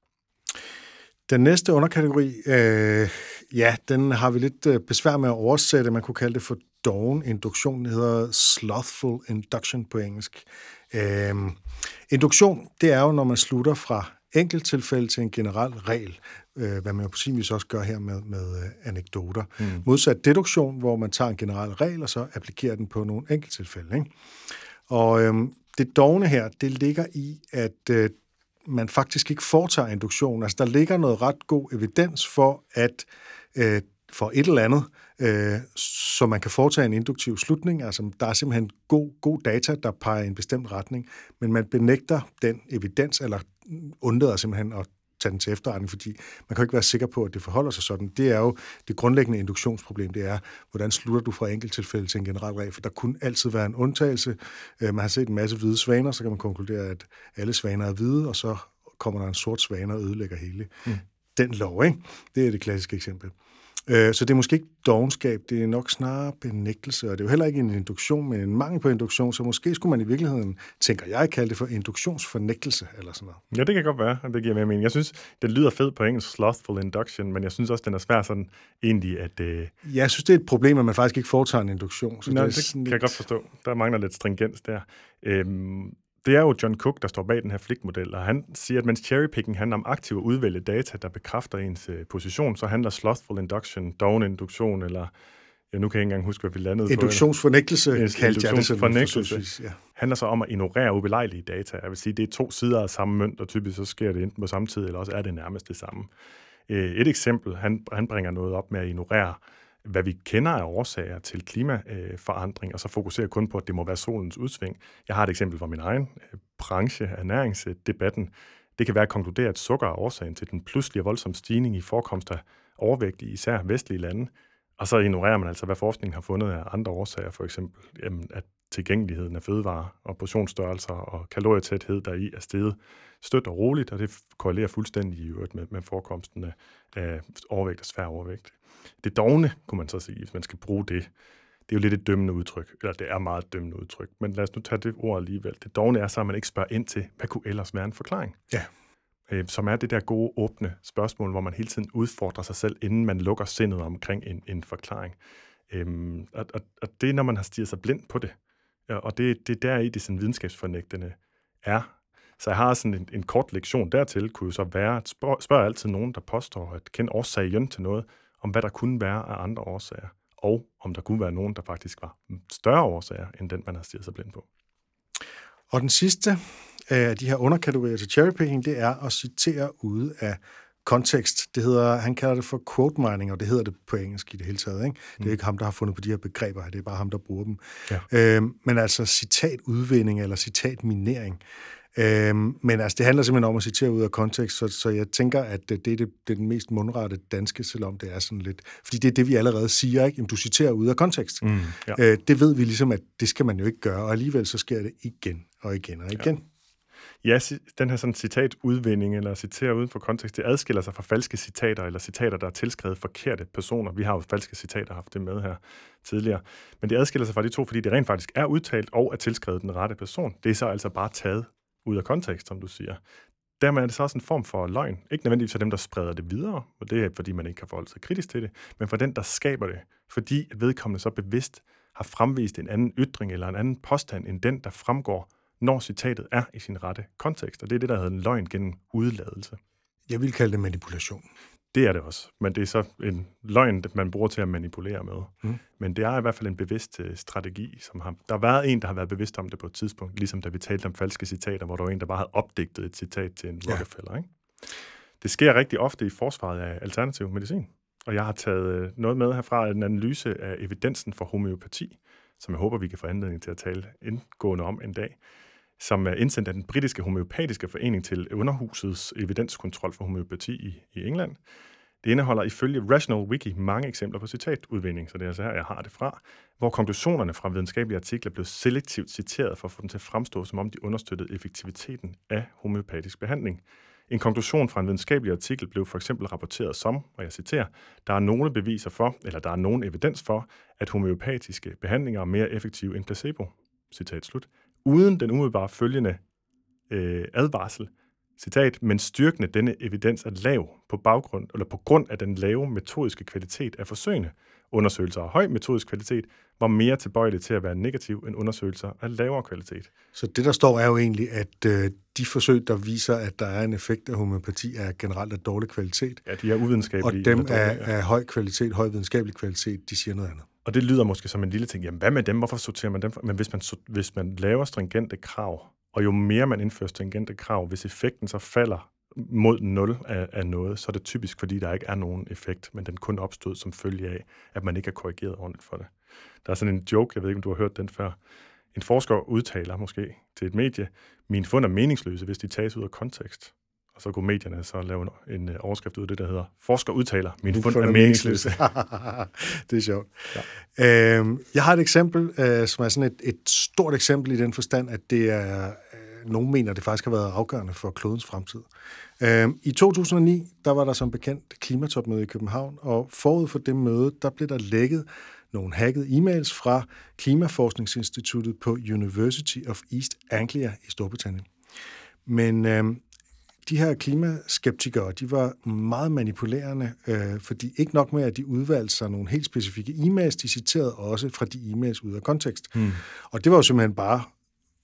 Den næste underkategori, øh, ja, den har vi lidt øh, besvær med at oversætte. Man kunne kalde det for doven induktion. Det hedder slothful induction på engelsk. Øh, induktion, det er jo, når man slutter fra enkelttilfælde til en generel regel, øh, hvad man jo på sin vis også gør her med, med øh, anekdoter. Mm. Modsat deduktion, hvor man tager en generel regel, og så applikerer den på nogle enkelttilfælde. Ikke? Og øh, det dovne her, det ligger i, at øh, man faktisk ikke foretager induktion. Altså, der ligger noget ret god evidens for, at øh, for et eller andet, øh, så man kan foretage en induktiv slutning. Altså, der er simpelthen god, god data, der peger i en bestemt retning, men man benægter den evidens, eller undlader simpelthen at tage den til efterretning, fordi man kan ikke være sikker på, at det forholder sig sådan. Det er jo det grundlæggende induktionsproblem, det er, hvordan slutter du fra enkelttilfælde til en generel regel, for der kunne altid være en undtagelse. Man har set en masse hvide svaner, så kan man konkludere, at alle svaner er hvide, og så kommer der en sort svane og ødelægger hele mm. den lov, ikke? Det er det klassiske eksempel. Så det er måske ikke dovenskab, det er nok snarere benægtelse, og det er jo heller ikke en induktion, men en mangel på induktion, så måske skulle man i virkeligheden, tænker jeg, kalde det for induktionsfornægtelse, eller sådan noget. Ja, det kan godt være, og det giver mere mening. Jeg synes, det lyder fedt på engelsk, slothful induction, men jeg synes også, den er svær sådan egentlig, at... Øh... Ja, jeg synes, det er et problem, at man faktisk ikke foretager en induktion. Så Nå, det, det, det kan lidt... jeg godt forstå. Der mangler lidt stringens der. Øhm, det er jo John Cook, der står bag den her Flick-model, og han siger, at mens cherrypicking handler om aktivt at udvælge data, der bekræfter ens øh, position, så handler slothful induction, doven induktion, eller ja, nu kan jeg ikke engang huske, hvad vi landede Induktionsfornægtelse, kaldte jeg det. Induktionsfornægtelse ja. handler så om at ignorere ubelejlige data. Jeg vil sige, det er to sider af samme mønt, og typisk så sker det enten på samme tid, eller også er det nærmest det samme. Et eksempel, han, han bringer noget op med at ignorere, hvad vi kender af årsager til klimaforandring, og så fokusere kun på, at det må være solens udsving. Jeg har et eksempel fra min egen branche, ernæringsdebatten. Det kan være at konkludere, at sukker er årsagen til den pludselige voldsomme stigning i forekomst af overvægt i især vestlige lande. Og så ignorerer man altså, hvad forskningen har fundet af andre årsager, for eksempel jamen, at tilgængeligheden af fødevarer og portionsstørrelser og kalorietæthed deri er steget stødt og roligt, og det korrelerer fuldstændig i øvrigt med, med forekomsten af, af overvægt og svær overvægt. Det dogne, kunne man så sige, hvis man skal bruge det, det er jo lidt et dømmende udtryk, eller det er meget dømmende udtryk, men lad os nu tage det ord alligevel. Det dogne er så, at man ikke spørger ind til, hvad kunne ellers være en forklaring? Ja. Som er det der gode, åbne spørgsmål, hvor man hele tiden udfordrer sig selv, inden man lukker sindet omkring en, en forklaring. Øhm, og, og, og det er, når man har stirret sig blind på det. Og det, det er der i det sådan videnskabsfornægtende er. Så jeg har sådan en, en kort lektion dertil, kunne jo så være, at spørg, spørg altid nogen, der påstår at kende årsagen til noget, om hvad der kunne være af andre årsager, og om der kunne være nogen, der faktisk var større årsager, end den, man har stirret sig blind på. Og den sidste af de her underkategorier til cherrypicking, det er at citere ude af kontekst. Det hedder, han kalder det for quote mining, og det hedder det på engelsk i det hele taget. Ikke? Det er mm. ikke ham, der har fundet på de her begreber, det er bare ham, der bruger dem. Ja. Øhm, men altså citatudvinding eller citatminering. Øhm, men altså det handler simpelthen om at citere ud af kontekst, så, så jeg tænker, at det, det, er det, det er den mest mundrette danske, selvom det er sådan lidt... Fordi det er det, vi allerede siger, ikke? Jamen, du citerer ud af kontekst. Mm, ja. øh, det ved vi ligesom, at det skal man jo ikke gøre, og alligevel så sker det igen og igen og igen. Ja. Ja, den her sådan citatudvinding eller citere uden for kontekst, det adskiller sig fra falske citater eller citater, der er tilskrevet forkerte personer. Vi har jo falske citater haft det med her tidligere. Men det adskiller sig fra de to, fordi det rent faktisk er udtalt og er tilskrevet den rette person. Det er så altså bare taget ud af kontekst, som du siger. Dermed er det så også en form for løgn. Ikke nødvendigvis for dem, der spreder det videre, og det er fordi, man ikke kan forholde sig kritisk til det, men for den, der skaber det, fordi at vedkommende så bevidst har fremvist en anden ytring eller en anden påstand, end den, der fremgår, når citatet er i sin rette kontekst. Og det er det, der hedder en løgn gennem udladelse. Jeg vil kalde det manipulation. Det er det også, men det er så en løgn, man bruger til at manipulere med. Mm. Men det er i hvert fald en bevidst uh, strategi, som har... Der har været en, der har været bevidst om det på et tidspunkt, ligesom da vi talte om falske citater, hvor der var en, der bare havde opdigtet et citat til en Rockefeller. Ja. Ikke? Det sker rigtig ofte i forsvaret af alternativ medicin. Og jeg har taget uh, noget med herfra, en analyse af evidensen for homøopati, som jeg håber, vi kan få anledning til at tale indgående om en dag, som er indsendt af den britiske homøopatiske forening til Underhusets evidenskontrol for homøopati i, i England. Det indeholder ifølge Rational Wiki mange eksempler på citatudvinding, så det er altså her, jeg har det fra, hvor konklusionerne fra videnskabelige artikler blev selektivt citeret for at få dem til at fremstå, som om de understøttede effektiviteten af homøopatisk behandling. En konklusion fra en videnskabelig artikel blev for eksempel rapporteret som, og jeg citerer, der er nogle beviser for, eller der er nogen evidens for, at homøopatiske behandlinger er mere effektive end placebo. Citat slut. Uden den umiddelbare følgende øh, advarsel, citat, men styrkende denne evidens er lav på baggrund, eller på grund af den lave metodiske kvalitet af forsøgene. Undersøgelser af høj metodisk kvalitet var mere tilbøjelige til at være negativ end undersøgelser af lavere kvalitet. Så det, der står, er jo egentlig, at øh, de forsøg, der viser, at der er en effekt af homøopati, er generelt af dårlig kvalitet. Ja, de er uvidenskabelige. Og dem er af høj kvalitet, høj videnskabelig kvalitet, de siger noget andet. Og det lyder måske som en lille ting. Jamen, hvad med dem? Hvorfor sorterer man dem? Men hvis man, hvis man laver stringente krav, og jo mere man indfører stringente krav, hvis effekten så falder mod nul af, af noget, så er det typisk, fordi der ikke er nogen effekt, men den kun opstod som følge af, at man ikke har korrigeret ordentligt for det. Der er sådan en joke, jeg ved ikke, om du har hørt den før. En forsker udtaler måske til et medie, mine fund er meningsløse, hvis de tages ud af kontekst. Og så kunne medierne så lave en, en overskrift ud af det, der hedder, forsker udtaler, mine fund er meningsløse. Det er sjovt. Ja. Øhm, jeg har et eksempel, øh, som er sådan et, et stort eksempel i den forstand, at det er, øh, nogen mener, det faktisk har været afgørende for klodens fremtid. Øhm, I to tusind og ni, der var der som bekendt klimatopmøde i København, og forud for det møde, der blev der lækket nogle hackede e-mails fra Klimaforskningsinstituttet på University of East Anglia i Storbritannien. Men øhm, de her klimaskeptikere, de var meget manipulerende, øh, fordi ikke nok med, at de udvalgte sig nogle helt specifikke e-mails, de citerede også fra de e-mails ud af kontekst. Hmm. Og det var jo simpelthen bare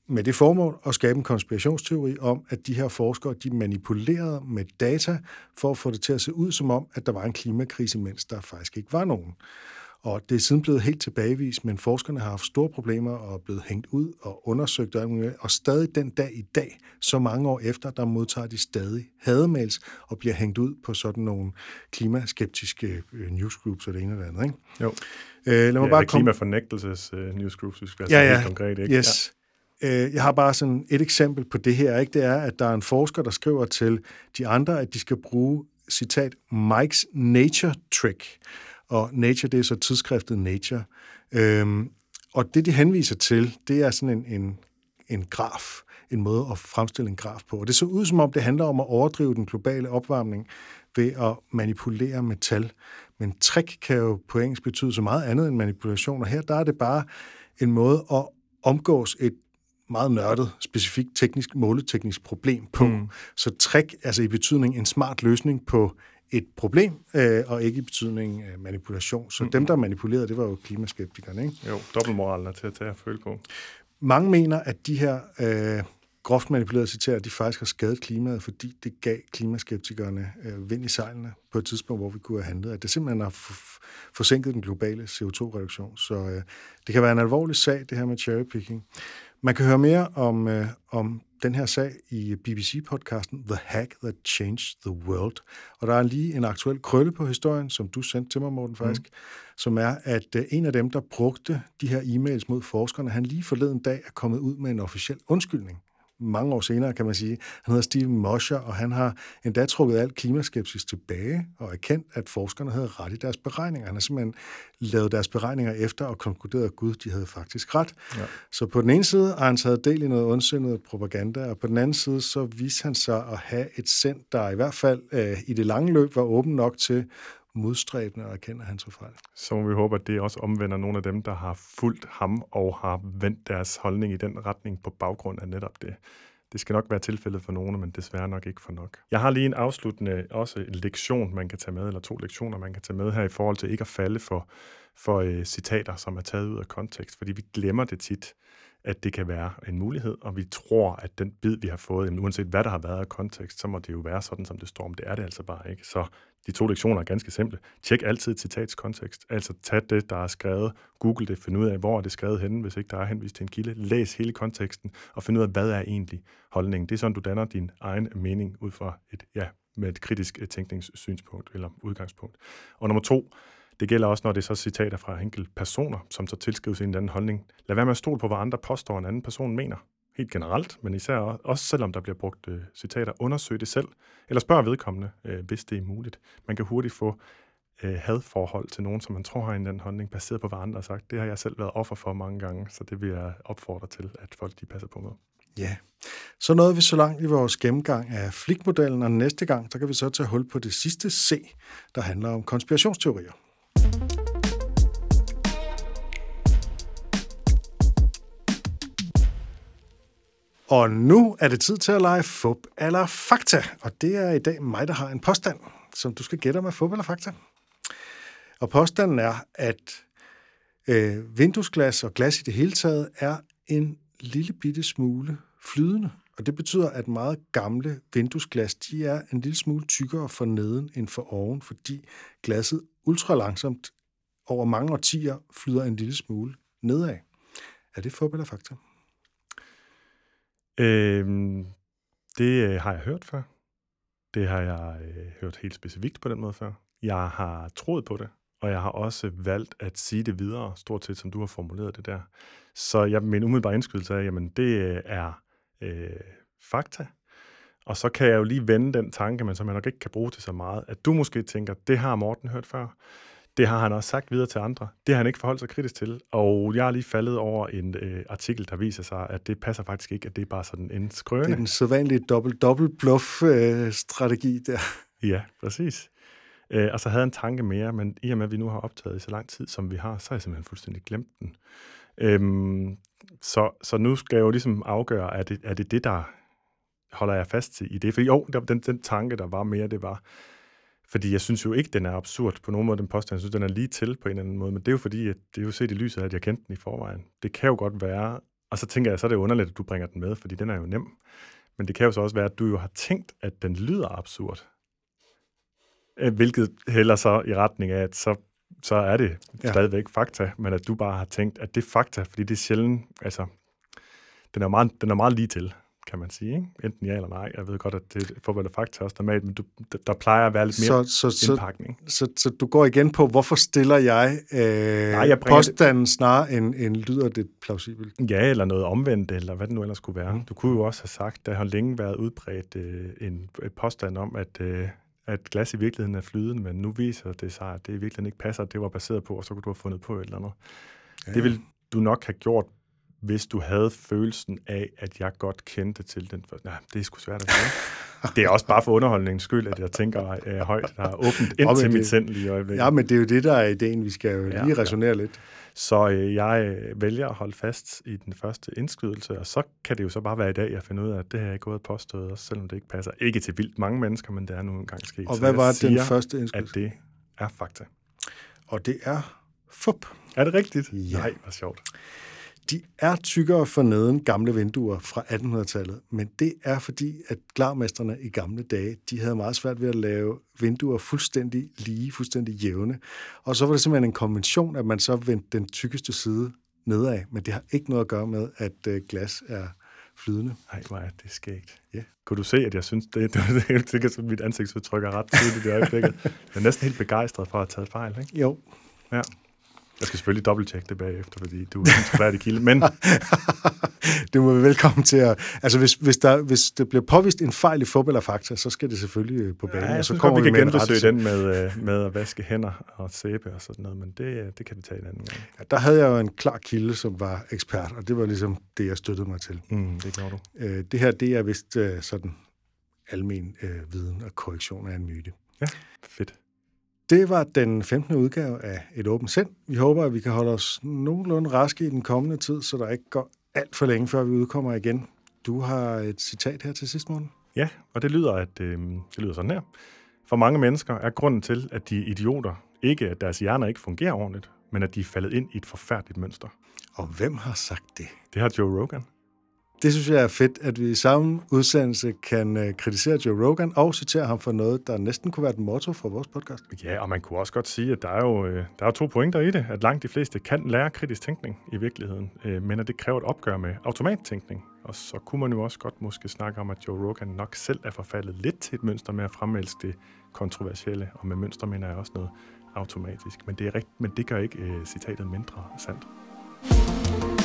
med det formål at skabe en konspirationsteori om, at de her forskere, de manipulerede med data for at få det til at se ud som om, at der var en klimakrise, mens der faktisk ikke var nogen. Og det er siden blevet helt tilbagevist, men forskerne har haft store problemer og er blevet hængt ud og undersøgt, og stadig den dag i dag, så mange år efter, der modtager de stadig hademails og bliver hængt ud på sådan nogle klimaskeptiske newsgroups og det ene eller andet. Ikke? Jo. Øh, lad mig ja, bare klimafornægtelses uh, newsgroups, hvis vi skal ja, være ja. helt konkret. Ikke? Yes. Ja. Jeg har bare sådan et eksempel på det her. Ikke? Det er, at der er en forsker, der skriver til de andre, at de skal bruge, citat, Mike's Nature Trick. Og Nature, det er så tidsskriftet Nature. Øhm, og det, de henviser til, det er sådan en, en, en graf, en måde at fremstille en graf på. Og det så ud som om, det handler om at overdrive den globale opvarmning ved at manipulere med tal. Men trick kan jo på engelsk betyde så meget andet end manipulation, og her der er det bare en måde at omgås et meget nørdet, specifikt teknisk, måleteknisk problem på. Mm. Så trick, altså i betydning en smart løsning på et problem, øh, og ikke i betydning af manipulation. Så mm. dem, der manipulerede, det var jo klimaskeptikerne, ikke? Jo, dobbeltmoralen er til at tage og føle på. Mange mener, at de her øh, groft manipulerede citater, de faktisk har skadet klimaet, fordi det gav klimaskeptikerne øh, vind i sejlene på et tidspunkt, hvor vi kunne have handlet. At det simpelthen har f- forsinket den globale C O to reduktion. Så øh, det kan være en alvorlig sag, det her med cherrypicking. Man kan høre mere om, øh, om den her sag i B B C-podcasten The Hack That Changed the World. Og der er lige en aktuel krølle på historien, som du sendte til mig, Morten, faktisk, mm. som er, at øh, en af dem, der brugte de her e-mails mod forskerne, han lige forleden dag er kommet ud med en officiel undskyldning. Mange år senere, kan man sige. Han hedder Steven Mosher, og han har endda trukket alt klimaskepsis tilbage og erkendt, at forskerne havde ret i deres beregninger. Han har simpelthen lavet deres beregninger efter og konkluderet, at Gud, de havde faktisk ret. Ja. Så på den ene side har han taget del i noget ondsindet propaganda, og på den anden side så viste han sig at have et sind, der i hvert fald øh, i det lange løb var åben nok til modstræbende og erkender hans fejl. Så må vi håbe, at det også omvender nogle af dem, der har fulgt ham og har vendt deres holdning i den retning på baggrund af netop det. Det skal nok være tilfældet for nogle, men desværre nok ikke for nok. Jeg har lige en afsluttende også en lektion, man kan tage med, eller to lektioner, man kan tage med her i forhold til ikke at falde for, for uh, citater, som er taget ud af kontekst, fordi vi glemmer det tit, at det kan være en mulighed, og vi tror, at den bid, vi har fået, jamen, uanset hvad der har været af kontekst, så må det jo være sådan, som det står, men det er det altså bare ikke. Så de to lektioner er ganske simple. Tjek altid et citats kontekst. Altså tag det, der er skrevet, google det, find ud af, hvor er det skrevet henne, hvis ikke der er henvist til en kilde. Læs hele konteksten, og find ud af, hvad er egentlig holdningen. Det er sådan, du danner din egen mening ud fra et, ja, med et kritisk tænkningssynspunkt eller udgangspunkt. Og nummer to, det gælder også, når det er så citater fra enkelte personer, som så tilskrives en eller anden holdning. Lad være med at stole på, hvad andre påstår, en anden person mener. Helt generelt, men især også selvom der bliver brugt øh, citater. Undersøg det selv, eller spørg vedkommende, øh, hvis det er muligt. Man kan hurtigt få øh, hadforhold til nogen, som man tror har en eller anden holdning, baseret på, hvad andre har sagt. Det har jeg selv været offer for mange gange, så det vil jeg opfordre til, at folk de passer på med. Ja, så nåede vi så langt i vores gennemgang af Flick-modellen, og næste gang, så kan vi så tage hul på det sidste C, der handler om konspirationsteorier. Og nu er det tid til at lege fup eller fakta, og det er i dag mig, der har en påstand, som du skal gætte om er fup eller fakta. Og påstanden er, at øh, vinduesglas og glas i det hele taget er en lille bitte smule flydende. Og det betyder, at meget gamle vinduesglas, de er en lille smule tykkere for neden end for oven, fordi glasset ultralangsomt over mange årtier flyder en lille smule nedad. Er det fup eller fakta? Øhm, det øh, har jeg hørt før. Det har jeg øh, hørt helt specifikt på den måde før. Jeg har troet på det, og jeg har også valgt at sige det videre, stort set som du har formuleret det der. Så jeg, min umiddelbare indskydelse er, jamen det er øh, fakta. Og så kan jeg jo lige vende den tanke, men som jeg nok ikke kan bruge til så meget, at du måske tænker, det har Morten hørt før. Det har han også sagt videre til andre. Det har han ikke forholdt sig kritisk til. Og jeg har lige faldet over en øh, artikel, der viser sig, at det passer faktisk ikke, at det er bare sådan en skrøne. Det er den sædvanlige dobbelt-dobbelt-bluff-strategi der. Ja, præcis. Øh, og så havde jeg en tanke mere, men i og med, at vi nu har optaget i så lang tid, som vi har, så har jeg simpelthen fuldstændig glemt den. Øhm, så, så nu skal jeg jo ligesom afgøre, er det er det, det, der holder jeg fast i det? For jo, den, den tanke, der var mere, det var... Fordi jeg synes jo ikke, den er absurd på nogen måde, den påstand. Jeg synes, den er lige til på en eller anden måde. Men det er jo fordi, at det er jo set i lyset af, at jeg kendte den i forvejen. Det kan jo godt være, Og så tænker jeg, så er det underligt, at du bringer den med, fordi den er jo nem. Men det kan jo så også være, at du jo har tænkt, at den lyder absurd. Hvilket heller så i retning af, at så, så er det ja. stadigvæk fakta, men at du bare har tænkt, at det er fakta, fordi det er sjældent, altså, den er meget, den er meget lige til, kan man sige, ikke? Enten ja eller nej. Jeg ved godt, at det er fodbold og fakta også normalt, men du, der plejer at være lidt mere så, så, indpakning. Så, så, så du går igen på, hvorfor stiller jeg, øh, nej, jeg påstanden det... snarere end, end lyder det plausibelt? Ja, eller noget omvendt, eller hvad det nu ellers skulle være. Mm. Du kunne jo også have sagt, der har længe været udbredt øh, en et påstand om, at, øh, at glas i virkeligheden er flydende, men nu viser det sig, at det i virkeligheden ikke passer, at det var baseret på, og så kunne du have fundet på et eller andet. Ja. Det ville du nok have gjort, hvis du havde følelsen af, at jeg godt kendte til den. Nej, det er sgu svært at sige. Det er også bare for underholdningens skyld, at jeg tænker øh, højt, der er åbent ind til mit sind lige i øjeblikket. Ja, men det er jo det, der er ideen. Vi skal jo lige ja, resonere ja. lidt. Så øh, jeg vælger at holde fast i den første indskydelse, og så kan det jo så bare være i dag, jeg finder ud af, at det her er gået påstået, også selvom det ikke passer. Ikke til vildt mange mennesker, men det er nu engang sket. Og hvad var den første indskydelse? At det er fakta. Og det er fup. Er det rigtigt? Ja. Nej, hvor sjovt. De er tykkere for neden gamle vinduer fra attenhundredetallet, men det er fordi, at glarmesterne i gamle dage, de havde meget svært ved at lave vinduer fuldstændig lige, fuldstændig jævne. Og så var det simpelthen en konvention, at man så vendte den tykkeste side nedad, men det har ikke noget at gøre med, at glas er flydende. Nej, hvor er det skægt. Ja. Kunne du se, at jeg synes, det, det, det, det, det mit ansigtsudtryk er ret tydeligt i øjeblikket. Jeg er næsten helt begejstret for at have taget fejl, ikke? Jo. Ja. Jeg skal selvfølgelig dobbelttjekke det bagefter, fordi du er en troværdig kilde, men... Det må vi velkommen til at... Altså, hvis, hvis, der, hvis det bliver påvist en fejl i fodbold og fakta, så skal det selvfølgelig på banen. Ja, og så kommer vi, vi kan med genbesøge den med, med at vaske hænder og sæbe og sådan noget, men det, det kan vi tage en anden gang. Ja, der havde jeg jo en klar kilde, som var ekspert, og det var ligesom det, jeg støttede mig til. Mm, det gjorde du. Øh, det her, det er vist øh, sådan almen øh, viden og korrektion af en myte. Ja, fedt. Det var den femtende udgave af Et Åbent Sind. Vi håber, at vi kan holde os nogenlunde raske i den kommende tid, så der ikke går alt for længe, før vi udkommer igen. Du har et citat her til sidst, Morten. Ja, og det lyder, at, øh, det lyder sådan her. For mange mennesker er grunden til, at de er idioter, ikke at deres hjerner ikke fungerer ordentligt, men at de er faldet ind i et forfærdeligt mønster. Og hvem har sagt det? Det har Joe Rogan. Det synes jeg er fedt, at vi i samme udsendelse kan kritisere Joe Rogan og citere ham for noget, der næsten kunne være den motto for vores podcast. Ja, og man kunne også godt sige, at der er jo der er to pointer i det, at langt de fleste kan lære kritisk tænkning i virkeligheden, men at det kræver et opgør med automattænkning. Og så kunne man jo også godt måske snakke om, at Joe Rogan nok selv er forfaldet lidt til et mønster med at fremelske det kontroversielle, og med mønster mener jeg også noget automatisk. Men det, er rigt, men det gør ikke uh, citatet mindre sandt.